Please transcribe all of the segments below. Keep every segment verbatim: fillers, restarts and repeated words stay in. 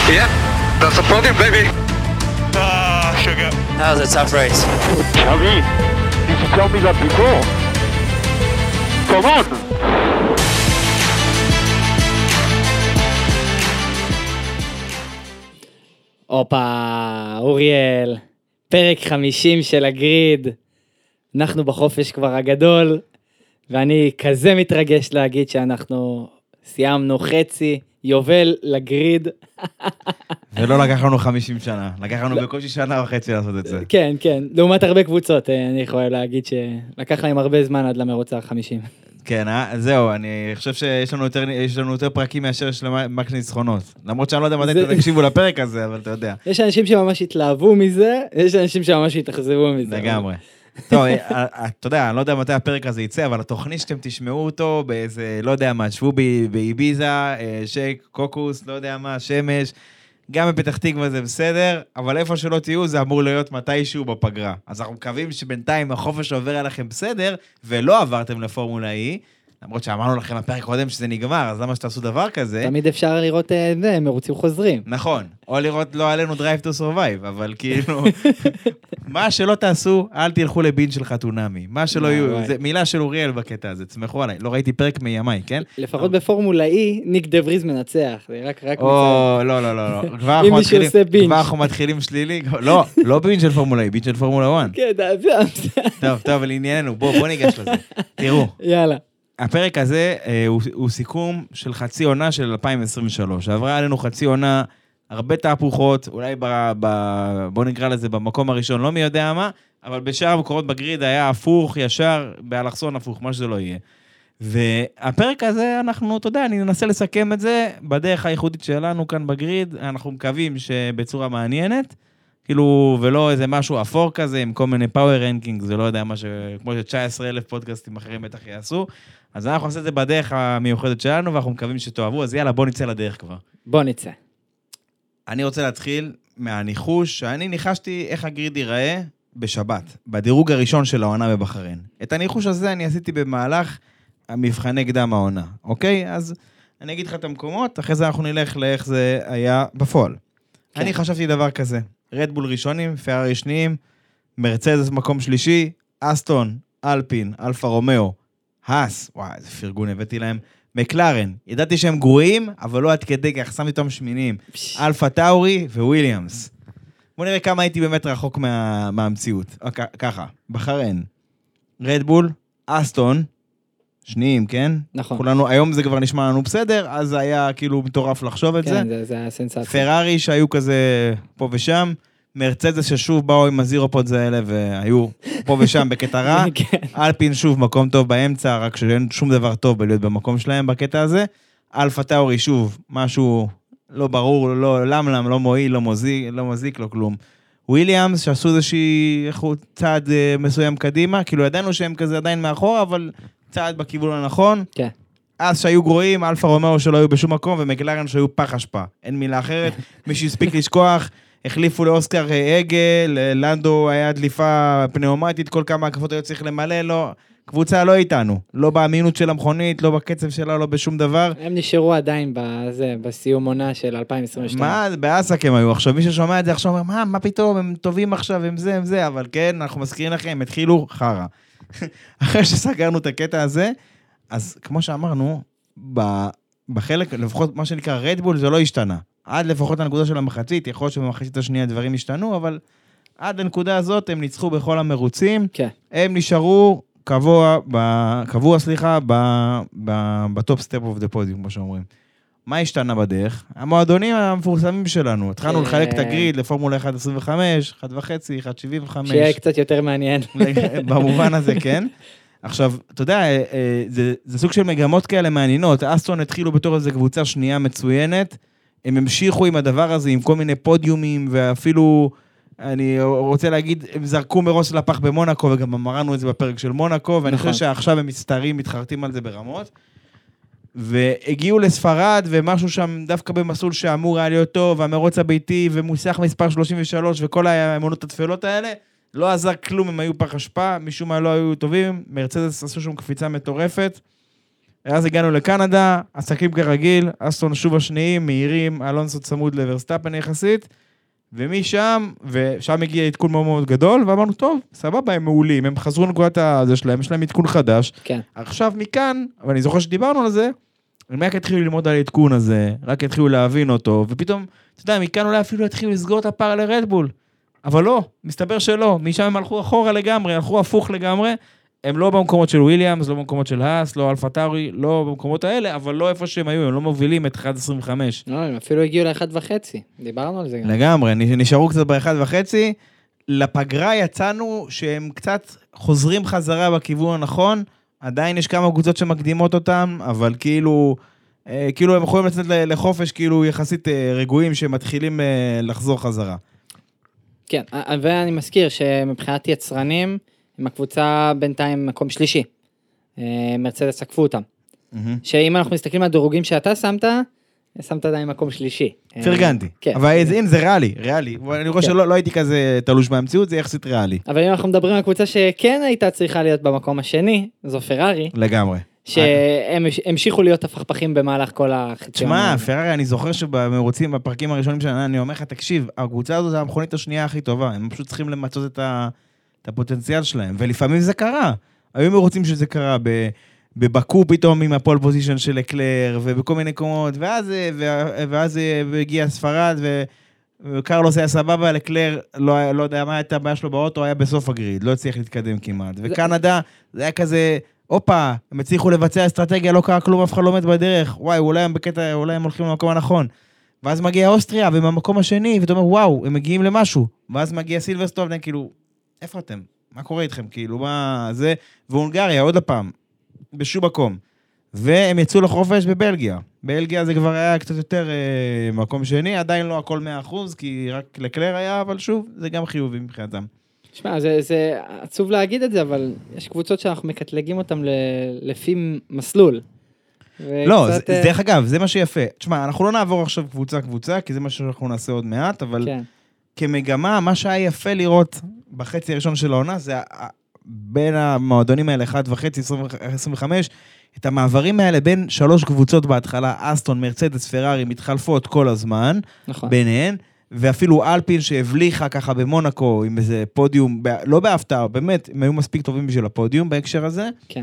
Yeah, that's the podium, baby. Ah, sugar. That was a tough race. Tell me. You should tell me that before. Come on. אופה, אוריאל, פרק חמישים של הגריד, אנחנו בחופש כבר הגדול, ואני כזה מתרגש להגיד שאנחנו סיימנו חצי יובל לגריד. ולא לקח לנו חמישים שנה, לקח לנו בקושי שנה וחצי לעשות את זה. כן, כן, לעומת הרבה קבוצות, אני יכול להגיד שלקח להם הרבה זמן עד למרוץ ה-חמישים. כן, זהו, אני חושב שיש לנו יותר, יש לנו יותר פרקים מאשר של מקס ניצחונות. למרות שאני לא יודע מתי תקשיבו לפרק הזה, אבל אתה יודע. יש אנשים שממש התלהבו מזה, יש אנשים שממש התאכזבו מזה. לגמרי. טוב, אתה יודע, אני לא יודע מתי הפרק הזה יצא, אבל התוכנית שאתם תשמעו אותו באיזה, לא יודע מה, שבו באיביזה, שייק, קוקוס, לא יודע מה, שמש, גם בפתח תקווה זה בסדר, אבל איפה שלא תהיו זה אמור להיות מתישהו בפגרה. אז אנחנו מקווים שבינתיים החופש עובר עליכם בסדר, ולא עברתם לפורמולה E, למרות שאמרנו לכם בפרק קודם שזה נגמר, אז למה שתעשו דבר כזה? תמיד אפשר לראות זה, מרוצים חוזרים. נכון, או לראות לא עלינו Drive to Survive, אבל כאילו, מה שלא תעשו, אל תלכו לבין של חתונמי. מה שלא יהיו, זה מילה של אוריאל בקטע הזה, תסמכו עליי, לא ראיתי פרק מימי, כן? לפחות בפורמולה E, ניק דה וריז מנצח, זה רק רק או, לא, לא, לא, לא. כבר אנחנו מתחילים שלילי, לא, לא בין של פורמולה E, בין של פורמולה אחת. כן, טוב, טוב, אבל ענייננו, בואו ניגש לזה. תראו. יאללה. הפרק הזה אה, הוא, הוא סיכום של חצי עונה של אלפיים עשרים ושלוש. עברה עלינו חצי עונה, הרבה תהפוכות, אולי ב, ב, בוא נקרא לזה במקום הראשון, לא מי יודע מה, אבל בשאר המקורות בגריד היה הפוך, ישר, באלכסון הפוך, מה שזה לא יהיה. והפרק הזה, אנחנו, אתה יודע, אני ננסה לסכם את זה בדרך הייחודית שלנו כאן בגריד, אנחנו מקווים שבצורה מעניינת, כאילו, ולא איזה משהו אפור כזה, עם כל מיני פאוור רנקינג, זה לא יודע מה ש... כמו ש-תשעה עשר אלף פודקאסטים אחרים בטח יעשו, אז אנחנו נעשה את זה בדרך המיוחדת שלנו, ואנחנו מקווים שתאהבו, אז יאללה, בוא נצא לדרך כבר. בוא נצא. אני רוצה להתחיל מהניחוש, שאני ניחשתי איך הגריד ייראה בשבת, בדירוג הראשון של העונה בבחריין. את הניחוש הזה אני עשיתי במהלך המבחני קדם העונה, אוקיי? אז אני אגיד לך את המקומות, אחרי זה אנחנו נלך לאיך זה היה בפועל. כן. אני חשבתי דבר כזה, רדבול ראשונים, פרארי שניים, מרצדס מקום שלישי, אסטון, אלפין, אלפה רומאו, האס, וואי, איזה פרגון הבאתי להם, מקלרן, ידעתי שהם גרועים, אבל לא עד כדי, כך שמתי אותם שמיניים, אלפה טאורי וויליאמס. בואו נראה כמה הייתי באמת רחוק מה, מהמציאות. ככה, בחריין, רדבול, אסטון, שניים, כן? נכון. כולנו, היום זה כבר נשמע לנו בסדר, אז זה היה כאילו מטורף לחשוב את כן, זה. כן, זה, זה היה סנסציה. פרארי שהיו כזה פה ושם, מרצדס ששוב באו עם הזירופוד האלה, והיו פה ושם בקטע רע, אלפין שוב מקום טוב באמצע, רק שאין שום דבר טוב בלהיות במקום שלהם בקטע הזה, אלפה טאורי שוב, משהו לא ברור, לא למלם, לא מועיל, לא מוזיק, לא מזיק, לא כלום. וויליאמס שעשו איזושהי צעד מסוים קדימה, כאילו ידענו שהם כזה עדיין מאחורה, אבל צעד בכיוון הנכון. כן. אז שהיו גרועים, אלפה רומאו שלא היו בשום מקום, ומקלרן שהיו פח אשפה. אין מילה אחרת, מי שהספיק לשכוח, החליפו לאוסקר אגל, לנדו היה דליפה פנאומטית, כל כמה הקפות היו צריך למלא, לא, קבוצה לא איתנו, לא באמינות של המכונית, לא בקצב שלה, לא בשום דבר. הם נשארו עדיין בזה, בסיום עונה של אלפיים עשרים ושתיים. מה, בעסק הם היו, עכשיו מי ששומע את זה עכשיו אומר, מה, מה פתאום, הם טובים עכשיו, הם זה, הם זה, אבל כן, אנחנו מזכירים לכם, הם התחילו חרה. אחרי שסגרנו את הקטע הזה, אז כמו שאמרנו, בחלק, לפחות מה שנקרא רדבול, זה לא השתנה. עד לפחות הנקודה של המחצית, יכול להיות שבמחצית השנייה דברים השתנו, אבל עד לנקודה הזאת הם ניצחו בכל המרוצים, כן. הם נשארו קבוע, קבוע סליחה, בטופ סטפ אוף דה פודיום, כמו שאומרים. מה השתנה בדרך? המועדונים המפורסמים שלנו, התחלנו לחלק את הגריד לפורמולה אחת עשרים וחמש, אחת וחצי, אחת שבעים וחמש. שיהיה קצת יותר מעניין. במובן הזה, כן. עכשיו, אתה יודע, זה, זה סוג של מגמות כאלה מעניינות. אסטון התחילו בתור איזו קבוצה שנייה מצוינת, הם המשיכו עם הדבר הזה, עם כל מיני פודיומים, ואפילו, אני רוצה להגיד, הם זרקו מראש לפח במונקו, וגם אמרנו את זה בפרק של מונקו, ואני חושב שעכשיו הם מסתרים, מתחרטים על זה ברמות, והגיעו לספרד, ומשהו שם דווקא במסלול שאמור היה להיות טוב, והמרוץ הביתי, ומוסך מספר שלושים ושלוש, וכל האמונות התפלות האלה, לא עזר כלום, הם היו פח אשפה, משום מה לא היו טובים, מרצדס עשו שם קפיצה מטורפת, אז הגענו לקנדה, עסקים כרגיל, אסטון שוב השניים, מהירים, אלונסו צמוד לברסטאפן יחסית, ומשם, ושם הגיע עדכון מאוד מאוד גדול, ואמרנו, טוב, סבבה, הם מעולים, הם חזרו לנקודת הזה שלהם, יש להם עדכון חדש. כן. עכשיו מכאן, ואני זוכר שדיברנו על זה, הם רק התחילו ללמוד על העדכון הזה, רק התחילו להבין אותו, ופתאום, אתה יודע, מכאן אולי אפילו התחילו לסגור את הפער לרדבול. אבל לא, מסתבר שלא, משם הם הלכו אחורה לגמרי, הלכו הפוך לגמרי, הם לא במקומות של וויליאמס, לא במקומות של האס, לא אלפה טאורי, לא במקומות האלה, אבל לא איפה שהם היו, הם לא מובילים את אחת עשרים וחמש. לא, הם אפילו הגיעו לאחד וחצי, דיברנו על זה גם. לגמרי, נשארו קצת באחד וחצי, לפגרה יצאנו שהם קצת חוזרים חזרה בכיוון הנכון, עדיין יש כמה קבוצות שמקדימות אותם, אבל כאילו, כאילו הם יכולים לצאת לחופש, כאילו יחסית רגועים שמתחילים לחזור חזרה. כן, ואני מזכיר שמבחינת יצרנים, עם הקבוצה בינתיים מקום שלישי. מרצדס עקפו אותם. שאם אנחנו מסתכלים על הדירוגים שאתה שמת, שמת עדיין מקום שלישי. פרגנתי. אבל הנה זה ריאלי, ריאלי. אני רואה שלא הייתי כזה תלוש מהמציאות, זה יחסית ריאלי. אבל אם אנחנו מדברים על קבוצה שכן הייתה צריכה להיות במקום השני, זו פרארי. לגמרי. שהם המשיכו להיות הפכפכים במהלך כל החציון. תשמע, פרארי, אני זוכר שבמרוצים, בפרקים הראשונים שלנו, אני אומר לך, תקשיב, הקבוצה הזו זה המכונית השנייה הכי טובה, הם פשוט צריכים למצות את ה... את הפוטנציאל שלהם, ולפעמים זה קרה. היו מרוצים שזה קרה בבקו פתאום עם הפול פוזישן של אקלר, ובכל מיני קומות, ואז, ואז הגיע ספרד, וקרלוס היה סבבה, אקלר לא, לא יודע מה הייתה הבעיה שלו באוטו, היה בסוף הגריד, לא הצליח להתקדם כמעט. וקנדה, זה היה כזה, אופה, הם הצליחו לבצע אסטרטגיה, לא קרה כלום, אף אחד לא מת בדרך, וואי, אולי הם בקטע, אולי הם הולכים למקום הנכון. ואז מגיע אוסטריה, ובמקום השני, ואתה אומר, וואו, הם מגיעים למשהו. ואז מגיע סילברסטון, והם כאילו, איפה אתם? מה קורה איתכם? כאילו, מה זה? והונגריה, עוד הפעם, בשום מקום. והם יצאו לחופש בבלגיה. בלגיה זה כבר היה קצת יותר אה, מקום שני, עדיין לא הכל מאה אחוז, כי רק לקלר היה, אבל שוב, זה גם חיובי מבחינתם. תשמע, זה, זה עצוב להגיד את זה, אבל יש קבוצות שאנחנו מקטלגים אותם ל, לפי מסלול. לא, זה, זה, דרך אגב, זה מה שיפה. תשמע, אנחנו לא נעבור עכשיו קבוצה-קבוצה, כי זה מה שאנחנו נעשה עוד מעט, אבל... כן. כמגמה, מה שהיה יפה לראות בחצי הראשון של העונה, זה בין המועדונים האלה, אחד וחצי, עשרים וחמש, את המעברים האלה בין שלוש קבוצות בהתחלה, אסטון, מרצדס, פרארי, מתחלפות כל הזמן, נכון. ביניהן, ואפילו אלפין שהבליחה ככה במונקו, עם איזה פודיום, לא בהפתעה, באמת, הם היו מספיק טובים בשביל הפודיום בהקשר הזה. כן.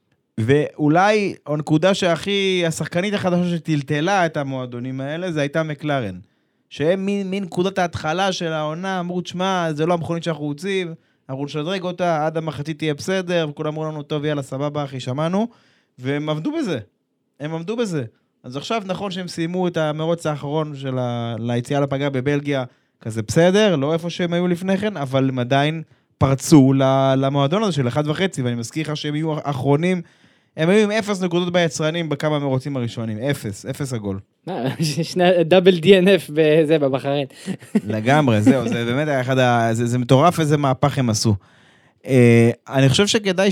ואולי, הנקודה שהכי, השחקנית החדשה שטלטלה את המועדונים האלה, זה הייתה מקלרן. שהם מנקודת ההתחלה של העונה, אמרו, תשמע, זה לא המכונית שאנחנו רוצים, אנחנו נשדרג אותה, עד המחצית תהיה בסדר, וכולם אמרו לנו, טוב, יאללה, סבבה, אחי, שמענו, והם עמדו בזה, הם עמדו בזה. אז עכשיו נכון שהם סיימו את המרוץ האחרון של ה... ליציאה לפגרה בבלגיה, כזה בסדר, לא איפה שהם היו לפני כן, אבל הם עדיין פרצו למועדון הזה של אחד וחצי, ואני מזכיר לך שהם יהיו אחרונים, הם היו עם אפס נקודות ביצרנים בכמה מרוצים הראשונים, אפס, אפס עגול. דאבל די אן אף בזה, בבחריין. לגמרי, זהו, זה באמת היה אחד ה... זה מטורף איזה מהפך הם עשו. אני חושב שכדאי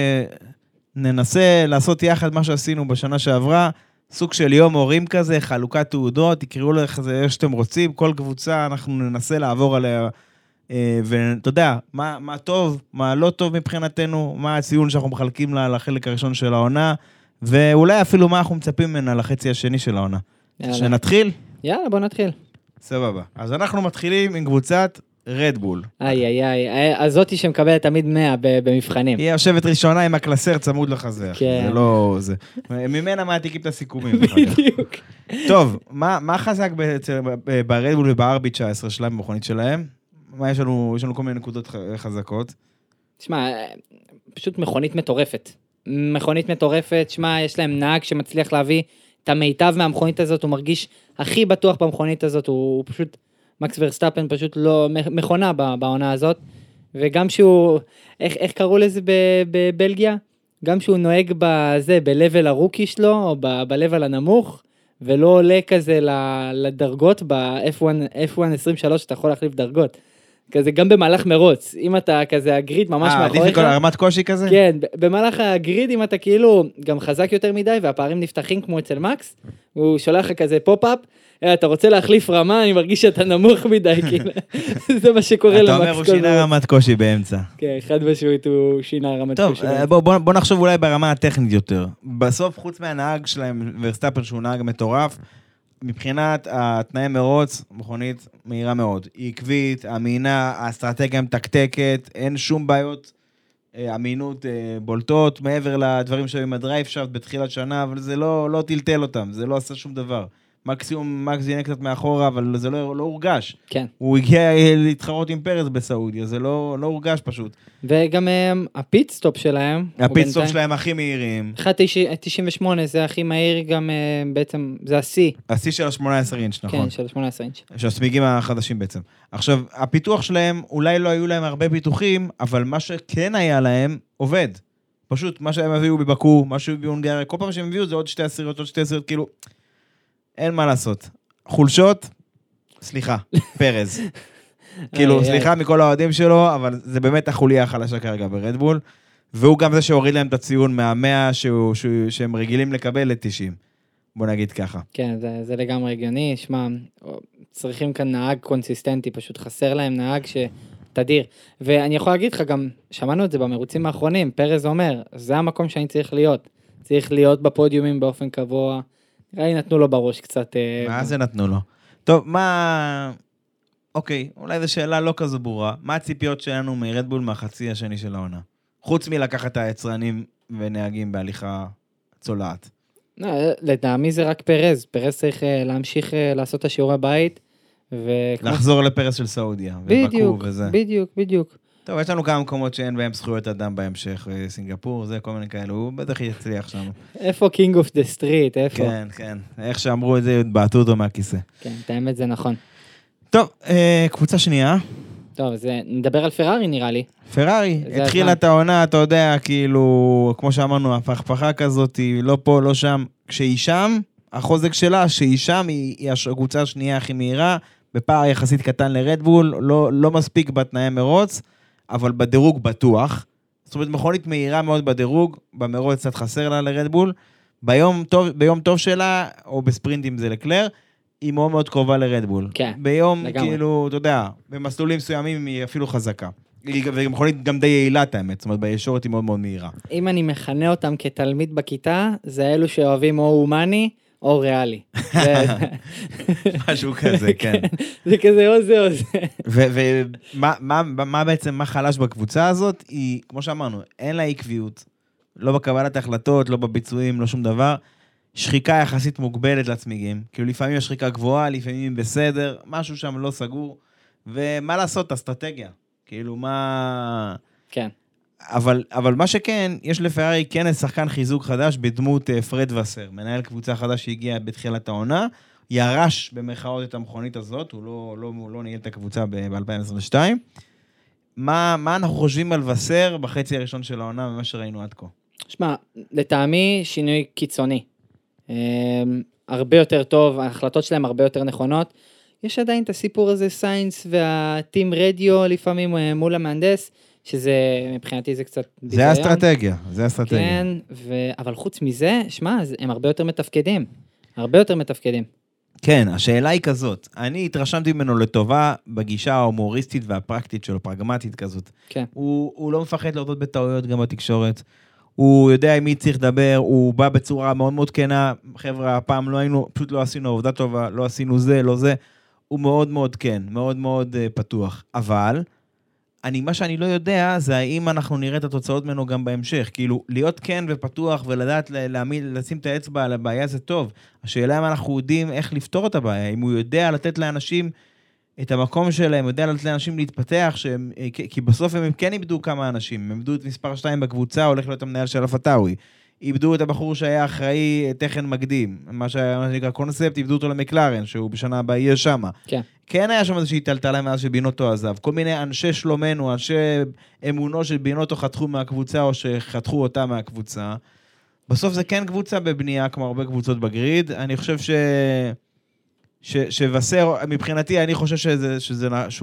שננסה לעשות יחד מה שעשינו בשנה שעברה, סוג של יום הורים כזה, חלוקת תעודות, תקראו לך זה שאתם רוצים, כל קבוצה אנחנו ננסה לעבור עליה, ואתה יודע, מה, מה טוב, מה לא טוב מבחינתנו, מה הציון שאנחנו מחלקים לחלק הראשון של העונה, ואולי אפילו מה אנחנו מצפים ממנה לחצי השני של העונה. שנתחיל? יאללה, בוא נתחיל. סבבה. אז אנחנו מתחילים עם קבוצת רדבול. איי, איי, איי, הזאתי שמקבלת תמיד מאה במבחנים. היא יושבת ראשונה עם הקלסר צמוד לחזה. כן. זה לא זה. ממנה מעתיקים את הסיכומים. בדיוק. טוב, מה, מה חזק ברדבול וב-אר בי תשע עשרה שלהם, במכונית שלהם? מה יש לנו, יש לנו כל מיני נקודות חזקות. תשמע, פשוט מכונית מטורפת. מכונית מטורפת, תשמע, יש להם נהג שמצליח להביא את המיטב מהמכונית הזאת, הוא מרגיש הכי בטוח במכונית הזאת, הוא, הוא פשוט, מקס ורסטאפן פשוט לא, מכונה בעונה הזאת, וגם שהוא, איך, איך קראו לזה בבלגיה? גם שהוא נוהג בזה, בלבל הרוקי שלו, או בלבל הנמוך, ולא עולה כזה לדרגות, ב-אף וואן עשרים ושלוש, אתה יכול להחליף דרגות. כזה גם במהלך מרוץ, אם אתה כזה הגריד ממש אה, עדיף מאחוריך, לכל הרמת קושי כזה? כן, ב- במהלך הגריד אם אתה כאילו גם חזק יותר מדי והפערים נפתחים כמו אצל מקס, הוא שולח לך כזה פופ-אפ, "אה, אתה רוצה להחליף רמה, אני מרגיש שאתה נמוך מדי, כאילו, זה מה שקורה אתה למקס. אומר, הוא כל שינה מרוץ. רמת קושי באמצע. כן, חד משמעית הוא שינה רמת טוב, קושי. אה, בוא, בוא, בוא נחשוב אולי ברמה הטכנית יותר. בסוף, חוץ מהנהג שלהם, ורסטאפן שהוא נהג מטורף, מבחינת התנאי מרוץ, מכונית מהירה מאוד. היא עקבית, אמינה, האסטרטגיה מתקתקת, אין שום בעיות אה, אמינות אה, בולטות, מעבר לדברים שהיו עם הדרייבשאפט בתחילת שנה, אבל זה לא, לא טלטל אותם, זה לא עשה שום דבר. מקסימום מקס זינק קצת מאחורה, אבל זה לא, לא הורגש. כן. הוא הגיע להתחרות עם פרס בסעודיה, זה לא, לא הורגש פשוט. וגם הם, הפיטסטופ שלהם, הוא הפיטסטופ בינתיים- שלהם הכי מהירים. אחד תשעים ושמונה זה הכי מהיר גם אה, בעצם, זה השיא, השיא של ה-שמונה עשרה אינץ', נכון. כן, של שמונה עשרה אינץ'. של הסמיגים החדשים בעצם. עכשיו, הפיתוח שלהם, אולי לא היו להם הרבה פיתוחים, אבל מה שכן היה להם, עובד. פשוט, מה שהם הביאו בבקו, מה שהם הביאו בהונגריה, כל פעם שהם הביאו זה עוד שתי עשיריות, עוד שתי עשיריות, כאילו, אין מה לעשות. חולשות, סליחה, פרז. כאילו, איי, סליחה מכל האוהדים שלו, אבל זה באמת החוליה החלשה כרגע ברדבול, והוא גם זה שהוריד להם את הציון מהמאה שהוא, שהוא, שהם רגילים לקבל ל-תשעים. בוא נגיד ככה. כן, זה, זה לגמרי הגיוני, שמע, צריכים כאן נהג קונסיסטנטי, פשוט חסר להם נהג שתדיר. ואני יכול להגיד לך גם, שמענו את זה במרוצים האחרונים, פרז אומר, זה המקום שאני צריך להיות. צריך להיות בפודיומים באופן קבוע. נראה לי נתנו לו בראש קצת. מה זה נתנו לו? טוב, מה... אוקיי, אולי זו שאלה לא כזו ברורה. מה הציפיות שלנו מרדבול מהחצי השני של העונה? חוץ מלקחת היצרנים ונהגים בהליכה צולעת. לא, לדעמי זה רק פרז. פרז צריך אה, להמשיך אה, לעשות את השיעורי בית. וכמו- לחזור לפרס של סעודיה. בדיוק, ובקו וזה. בדיוק, בדיוק. טוב, יש לנו כמה מקומות שאין בהם זכויות אדם בהמשך. סינגפור, זה כל מיני כאלו. הוא בטח יצליח שם. איפה קינג אוף דה סטריט, איפה? כן, כן. איך שאמרו את זה, בעטו אותו מהכיסא. כן, את האמת זה נכון. טוב, אה, קבוצה שנייה. טוב, אז אה, נדבר על פרארי נראה לי. פרארי, זה התחילה הזמן. את העונה, אתה יודע, כאילו, כמו שאמרנו, הפכפכה כזאת, היא לא פה, לא שם. כשהיא שם, החוזק שלה, שהיא שם, היא, היא הקבוצה השנייה הכי מהירה, בפער יחסית קטן לרדבול, לא, לא מספיק בתנאי מרוץ, אבל בדירוג בטוח. זאת אומרת, מכונית מהירה מאוד בדירוג, במרוץ קצת חסר לה לרדבול, ביום טוב, ביום טוב שלה, או בספרינטים זה לקלר, היא מאוד מאוד קרובה לרדבול. כן, ביום, לגמרי. כאילו, אתה יודע, במסלולים מסוימים היא אפילו חזקה. היא גם מכונית גם די יעילה, האמת, זאת אומרת, בישורת היא מאוד מאוד מהירה. אם אני מכנה אותם כתלמיד בכיתה, זה אלו שאוהבים או הומני או ריאלי. זה- משהו כזה, כן. זה כזה או זה או זה. ומה מה, מה בעצם, מה חלש בקבוצה הזאת? היא, כמו שאמרנו, אין לה עקביות, לא בקבלת החלטות, לא בביצועים, לא שום דבר. שחיקה יחסית מוגבלת לצמיגים. כאילו לפעמים יש שחיקה גבוהה, לפעמים בסדר, משהו שם לא סגור. ומה לעשות? אסטרטגיה. כאילו מה... כן. אבל, אבל מה שכן, יש לפרארי כן שחקן חיזוק חדש בדמות uh, פרד וסר, מנהל קבוצה חדש שהגיע בתחילת העונה, ירש במרכאות את המכונית הזאת, הוא לא, לא, הוא לא ניהל את הקבוצה ב-אלפיים עשרים ושתיים. מה, מה אנחנו חושבים על וסר בחצי הראשון של העונה, ממה שראינו עד כה? שמע, לטעמי שינוי קיצוני. Um, הרבה יותר טוב, ההחלטות שלהם הרבה יותר נכונות. יש עדיין את הסיפור הזה, סיינס והטים רדיו לפעמים מול המהנדס, שזה מבחינתי זה קצת ביזיון. זה אסטרטגיה, זה אסטרטגיה. כן, ו... אבל חוץ מזה, שמע, הם הרבה יותר מתפקדים. הרבה יותר מתפקדים. כן, השאלה היא כזאת, אני התרשמתי ממנו לטובה בגישה ההומוריסטית והפרקטית שלו, פרגמטית כזאת. כן. הוא, הוא לא מפחד להודות בטעויות גם בתקשורת, הוא יודע עם מי צריך לדבר, הוא בא בצורה מאוד מאוד כנה, חבר'ה, הפעם לא היינו, פשוט לא עשינו עבודה טובה, לא עשינו זה, לא זה, הוא מאוד מאוד כן, מאוד מאוד uh, פתוח, אבל אני, מה שאני לא יודע זה האם אנחנו נראה את התוצאות ממנו גם בהמשך, כאילו להיות כן ופתוח ולדעת להעמיד, לשים את האצבע על הבעיה זה טוב, השאלה אם אנחנו יודעים איך לפתור את הבעיה, אם הוא יודע לתת לאנשים את המקום שלהם, יודע לתת לאנשים להתפתח, שהם, כי בסוף הם כן איבדו כמה אנשים, הם איבדו את מספר שתיים בקבוצה, הולך להיות המנהל של הפטאווי, איבדו את הבחור שהיה אחראי תכן מקדים, מה שנקרא קונספט, איבדו אותו למקלרן, שהוא בשנה הבאה יהיה שמה. כן. כן היה שם איזושהי טלטלה מאז שבינוטו עזב, כל מיני אנשי שלומנו, אנשי אמונו של בינוטו חתכו מהקבוצה, או שחתכו אותה מהקבוצה. בסוף זה כן קבוצה בבנייה, כמו הרבה קבוצות בגריד, אני חושב ש... ש... שווסר, מבחינתי, אני חושב שזה, שזה, שהוא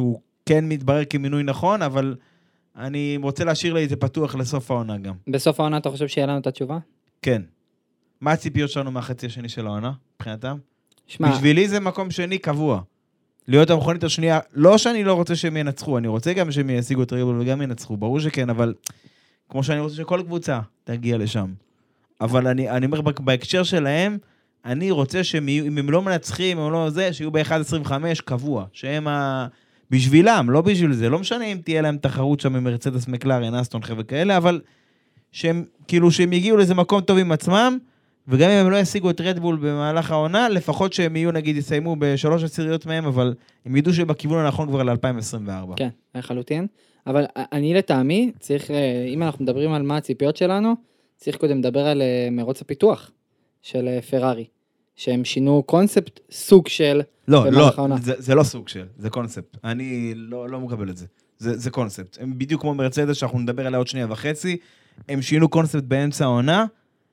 כן מתברר כמינוי נכון, אבל אני רוצה להשאיר לי את זה פתוח לסוף העונה גם. בסוף העונה אתה חושב שיהיה לנו את התשובה? כן. מה הציפיות שלנו מהחצי השני של העונה, מבחינתם? שמה, בשבילי זה מקום שני קבוע. להיות המכונית השנייה, לא שאני לא רוצה שהם ינצחו, אני רוצה גם שהם ישיגו את רדבול וגם ינצחו, ברור שכן, אבל כמו שאני רוצה שכל קבוצה תגיע לשם. אבל אני, אני אומר, בהקשר שלהם, אני רוצה שהם יהיו, אם הם לא מנצחים, הם לא זה, שיהיו ב-אחד עשרים וחמש קבוע, שהם ה... בשבילם, לא בשביל זה, לא משנה אם תהיה להם תחרות שם עם מרצדס מקלרן, אסטון חבר'ה כאלה, אבל שהם, כאילו, שהם יגיעו לאיזה מקום טוב עם עצמם, וגם אם הם לא ישיגו את רדבול במהלך העונה, לפחות שהם יהיו, נגיד, יסיימו בשלוש עשיריות מהם, אבל הם ידעו שבכיוון הנכון כבר ל-אלפיים עשרים וארבע. כן, לחלוטין. אבל אני לטעמי, צריך, אם אנחנו מדברים על מה הציפיות שלנו, צריך קודם לדבר על מרוץ הפיתוח של פרארי, שהם שינו קונספט סוג של... לא, לא, זה, זה לא סוג של, זה קונספט. אני לא, לא מקבל את זה. זה, זה קונספט. הם בדיוק כמו מרצדס, שאנחנו נדבר עליה עוד שנייה וחצי, הם שינו קונספט באמצע העונה,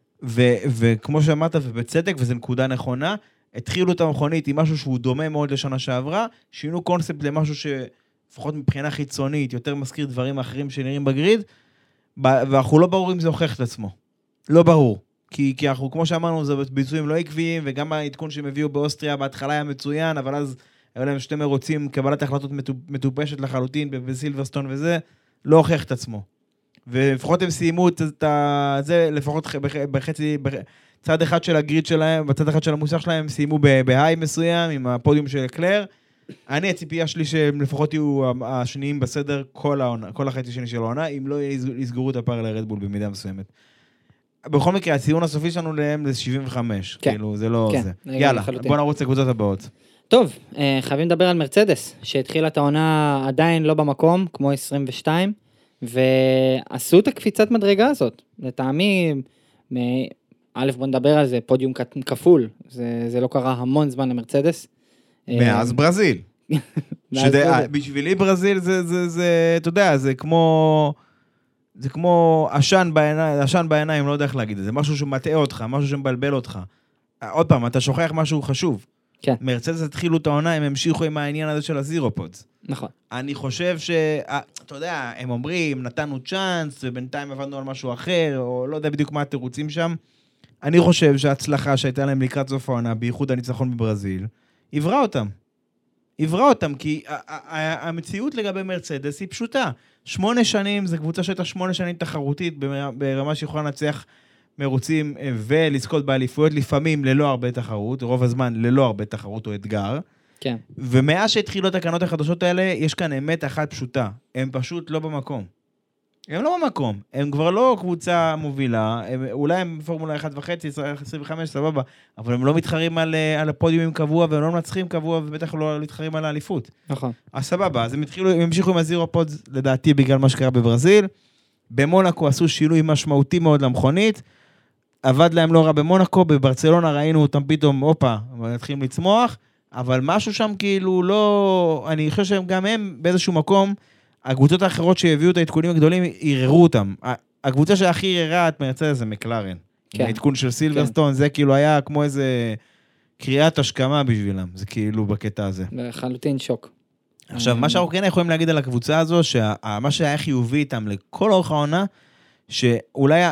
ו, וכמו שאמרת, ובצדק, וזו נקודה נכונה, התחילו את המכונית עם משהו שהוא דומה מאוד לשנה שעברה, שינו קונספט למשהו שלפחות מבחינה חיצונית, יותר מזכיר דברים אחרים שנראים בגריד, ואנחנו לא ברור אם זה הוכח את עצמו. לא ברור. כי, כי אנחנו, כמו שאמרנו, זה ביצועים לא עקביים, וגם העדכון שהם הביאו באוסטריה בהתחלה היה מצוין, אבל אז היו להם שתי מרוצים, קבלת החלטות מטופשת לחלוטין בסילברסטון וזה, לא הוכח את עצמו. ולפחות הם סיימו את זה, לפחות בחצי, בצד אחד של הגריד שלהם, בצד אחד של המוסך שלהם, סיימו בהיי מסוים, עם הפודיום של קלר. אני, הציפייה שלי שהם לפחות יהיו השניים בסדר כל העונה, כל החצי שני של העונה, אם לא יסגרו את הפער לרדבול במידה מסוימת. בכל מקרה, הציון הסופי שלנו להם זה שבעים וחמש, כן. כאילו, זה לא כן, זה. לגמרי, יאללה, לחלוטין. בוא נרוץ לקבוצות הבאות. טוב, אה, חייבים לדבר על מרצדס, שהתחילה את העונה עדיין לא במקום, כמו עשרים ושתיים, ועשו את הקפיצת מדרגה הזאת. לטעמי, מ... א', בוא נדבר על זה, פודיום כפול, זה, זה לא קרה המון זמן למרצדס. מאז ברזיל. שדה, בשבילי ברזיל זה, זה, זה, אתה יודע, זה כמו... זה כמו עשן בעיניים, עשן בעיניים, לא יודע איך להגיד את זה, משהו שמטעה אותך, משהו שמבלבל אותך. עוד פעם, אתה שוכח משהו חשוב. כן. מרצדס התחילו את העונה, הם המשיכו עם העניין הזה של הזירופודס. נכון. אני חושב ש... אתה יודע, הם אומרים, נתנו צ'אנס, ובינתיים עבדנו על משהו אחר, או לא יודע בדיוק מה התירוצים שם. אני חושב שההצלחה שהייתה להם לקראת סוף העונה, בייחוד הניצחון בברזיל, עברה אותם. עברה אותם, כי המציאות לגבי מרצדס היא פשוטה. שמונה שנים, זו קבוצה שהייתה שמונה שנים תחרותית, ברמה שיכולה לנצח מרוצים ולזכות באליפויות, לפעמים ללא הרבה תחרות, רוב הזמן ללא הרבה תחרות או אתגר. כן. ומאז שהתחילו את התקנות החדשות האלה, יש כאן אמת אחת פשוטה. הם פשוט לא במקום. הם לא במקום. הם כבר לא קבוצה מובילה, הם, אולי הם פורמולה אחת וחצי, עשרים וחמש, סבבה, אבל הם לא מתחרים על, על הפודיומים קבוע, והם לא מנצחים קבוע, ובטח לא מתחרים על האליפות. נכון. אז סבבה, אז הם התחילו, הם המשיכו עם הזירופודס, לדעתי, בגלל מה שקרה בברזיל. במונקו עשו שינוי משמעותי מאוד למכונית, עבד להם לא רע במונקו, בברצלונה ראינו אותם פתאום, אופה, מתחילים לצמוח, אבל משהו שם כאילו לא, אני חושב שהם גם הם באיזשהו מקום, הקבוצות האחרות שהביאו את העדכונים הגדולים, ערערו אותם. הקבוצה שהכי ערערה את מרצדס זה מקלרן. כן. העדכון של סילברסטון, כן. זה כאילו היה כמו איזה קריאת השכמה בשבילם. זה כאילו בקטע הזה. לחלוטין שוק. עכשיו, מה שאנחנו כן יכולים להגיד על הקבוצה הזו, שמה שהיה חיובי איתם לכל אורך העונה, שאולי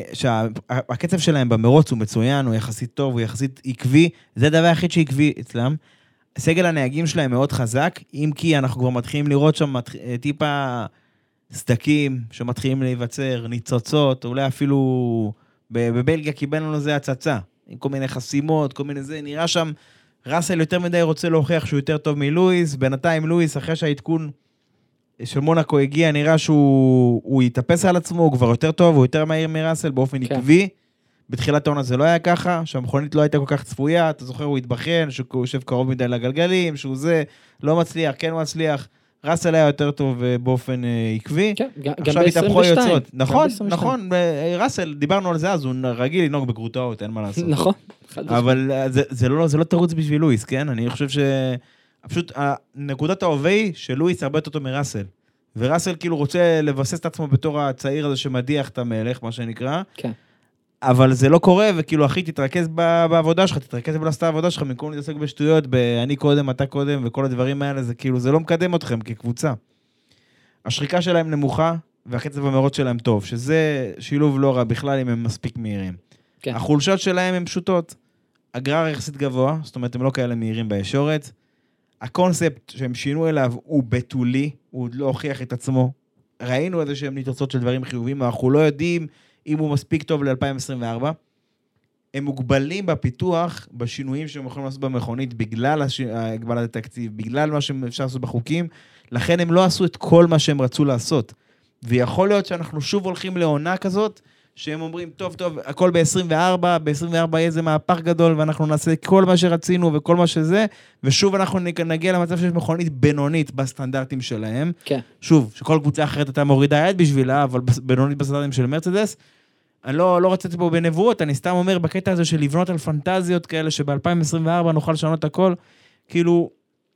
שהקצב שלהם במרוץ הוא מצוין, הוא יחסית טוב, הוא יחסית עקבי, זה הדבר היחיד שעקבי אצלם. סגל הנהגים שלהם מאוד חזק, אם כי אנחנו כבר מתחילים לראות שם טיפה סדקים שמתחילים להיווצר, ניצוצות, אולי אפילו בבלגיה קיבלנו לזה הצצה, עם כל מיני חסימות, כל מיני זה, נראה שם, ראסל יותר מדי רוצה להוכיח שהוא יותר טוב מלואיס, בינתיים לואיס, אחרי שהעדכון של מונקו הגיע, נראה שהוא יתאפס על עצמו, הוא כבר יותר טוב, הוא יותר מהיר מראסל באופן כן. עקבי, בתחילת העונה זה לא היה ככה, שהמכונית לא הייתה כל כך צפויה, אתה זוכר, הוא התבחן, שהוא יושב קרוב מדי לגלגלים, שהוא זה, לא מצליח, כן מצליח, ראסל היה יותר טוב באופן עקבי, כן, עכשיו התהפכו יוצאות. נכון, נכון, ראסל, דיברנו על זה אז, הוא רגיל לנהוג בגרוטאות, אין מה לעשות. נכון. אבל זה לא, זה לא תירוץ בשביל לואיס, כן? אני חושב ש... פשוט, נקודת ההווה היא שלואיס הרבה יותר טוב מראסל, וראסל כאילו רוצה לבסס את עצמו בתור הצעיר הזה שמדיח את המלך, מה שנקרא. כן. אבל זה לא קורה, וכאילו, אחי, תתרכז בעבודה שלך, תתרכז בלעשות העבודה שלך, במקום להתעסק בשטויות, אני קודם, אתה קודם, וכל הדברים האלה, זה כאילו, זה לא מקדם אתכם כקבוצה. השריקה שלהם נמוכה, והקצב המהירות שלהם טוב, שזה שילוב לא רע בכלל, אם הם מספיק מהירים. כן. החולשות שלהם הן פשוטות. הגרר יחסית גבוה, זאת אומרת, הם לא כאלה מהירים בישורת. הקונספט שהם שינו אליו הוא בתולי, הוא עוד לא הוכיח את עצמו. ראינו איזה שהם ניתוצות של דברים חיוביים, אנחנו לא יודעים אם הוא מספיק טוב ל-אלפיים עשרים וארבע. הם מוגבלים בפיתוח, בשינויים שהם יכולים לעשות במכונית, בגלל הגבלת התקציב, בגלל מה שאפשר לעשות בחוקים, לכן הם לא עשו את כל מה שהם רצו לעשות. ויכול להיות שאנחנו שוב הולכים לעונה כזאת, שהם אומרים, טוב, טוב, הכל ב-עשרים וארבע, ב-עשרים וארבע יהיה איזה מהפך גדול, ואנחנו נעשה כל מה שרצינו וכל מה שזה, ושוב אנחנו נגיע למצב שיש מכונית בינונית בסטנדרטים שלהם. כן. שוב, שכל קבוצה אחרת אתה מורידה יד בשבילה, אבל בינונית בסטנדרטים של מרצדס, אני לא, לא רציתי פה בנבואות, אני סתם אומר בקטע הזה של לבנות על פנטזיות כאלה, שב-אלפיים עשרים וארבע נוכל לשנות הכל, כאילו,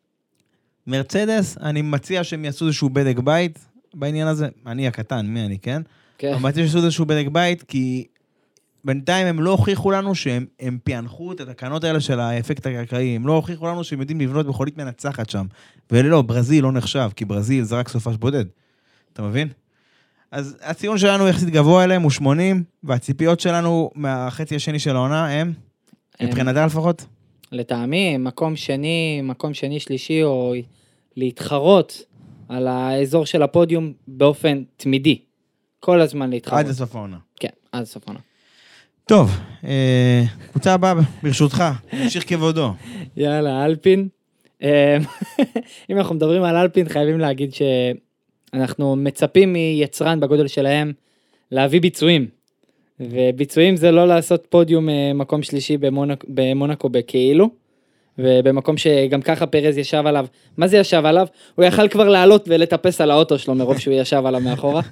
מרצדס, אני מציע שהם יעשו איזשהו בדק בית, בעניין הזה, אני הקטן, מי אני, כן? כן. אבל מציע שעשו איזשהו בדק בית, כי בינתיים הם לא הוכיחו לנו שהם הם פענחו את התקנות האלה של האפקט הקרקעי, הם לא הוכיחו לנו שהם יודעים לבנות מכונית מנצחת שם, ולא, ברזיל לא נחשב, כי ברזיל זה רק סופש בודד, אתה מבין? אז הציון שלנו יחסית גבוה אליהם הוא שמונים, והציפיות שלנו מהחצי השני של העונה הם, מבחינתה לפחות? לטעמי, מקום שני, מקום שני שלישי, או להתחרות על האזור של הפודיום באופן תמידי. כל הזמן להתחרות. עד לסוף העונה. כן, עד לסוף העונה. טוב, אה, קבוצה הבאה, ברשותך, נמשיך כבודו. יאללה, אלפין. אם אנחנו מדברים על אלפין, חייבים להגיד שאנחנו מצפים מיצרן בגודל שלהם להביא ביצועים. וביצועים זה לא לעשות פודיום מקום שלישי במונק, במונקו בכאילו, ובמקום שגם ככה פרז ישב עליו. מה זה ישב עליו? הוא יכל כבר לעלות ולטפס על האוטו שלו מרוב שהוא ישב עליו מאחורה.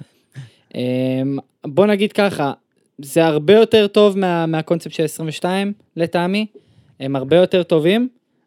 בוא נגיד ככה, זה הרבה יותר טוב מה, מהקונספט של עשרים ושתיים לטעמי, הם הרבה יותר טובים,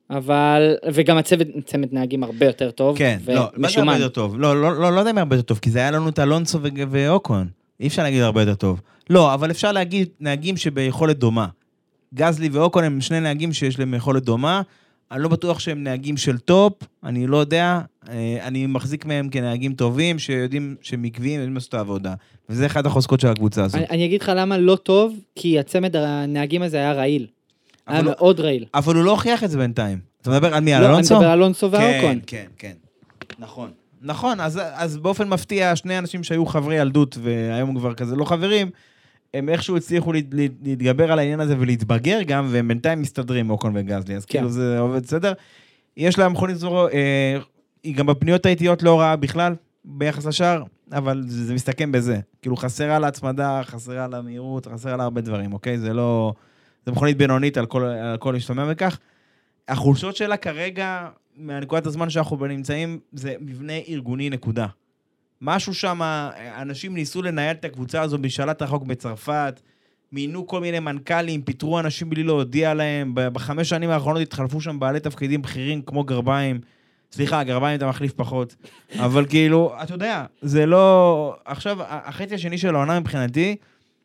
אבל, וגם הצוות, צמד נהגים הרבה יותר טוב, כן, לא, מה זה הרבה יותר טוב? לא, לא, לא, לא יודע מה הרבה יותר טוב, כי זה היה לנו את אלונסו ואוקון, אי אפשר להגיד הרבה יותר טוב. לא, אבל אפשר להגיד נהגים שביכולת דומה. גזלי ואוקון הם שני נהגים שיש להם יכולת דומה, אני לא בטוח שהם נהגים של טופ, אני לא יודע, אני מחזיק מהם כנהגים טובים, שיודעים שהם עקביים, יודעים לעשות את העבודה. וזה אחד החוזקות של הקבוצה הזאת. אני, אני אגיד לך למה לא טוב, כי הצמד הנהגים הזה היה רעיל. היה מאוד רעיל. אבל הוא לא הוכיח את זה בינתיים. אתה מדבר על מי? על לא, אלונסו? אני מדבר על אלונסו ואוקון. כן, כן, כן. נכון. נכון, אז, אז באופן מפתיע, שני אנשים שהיו חברי ילדות, והיום כבר כזה לא חברים, הם איכשהו הצליחו להתגבר על העניין הזה ולהתבגר גם, והם בינתיים מסתדרים, אוקון וגזלי, אז כאילו זה עובד סדר. יש להם מכונית זו, אה, היא גם בפניות האיטיות לא רעה בכלל, ביחס לשאר, אבל זה, זה מסתכם בזה. כאילו חסרה לה הצמדה, חסרה לה מהירות, חסרה לה הרבה דברים, אוקיי? זה לא, זה מכונית בינונית על כל, על כל משתמע בכך. החולשות שלה כרגע, מהנקודת הזמן שאנחנו נמצאים, זה מבנה ארגוני נקודה. משהו שם, אנשים ניסו לנהל את הקבוצה הזו בשאלת החוק בצרפת, מינו כל מיני מנכ"לים, פיתרו אנשים בלי להודיע להם, בחמש שנים האחרונות התחלפו שם בעלי תפקידים בכירים כמו גרביים, סליחה, גרביים אתה מחליף פחות, אבל כאילו, אתה יודע, זה לא, עכשיו, החצי השני של העונה מבחינתי,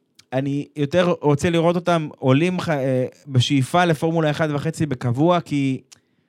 אני יותר רוצה לראות אותם עולים בשאיפה לפורמולה אחת וחצי בקבוע, כי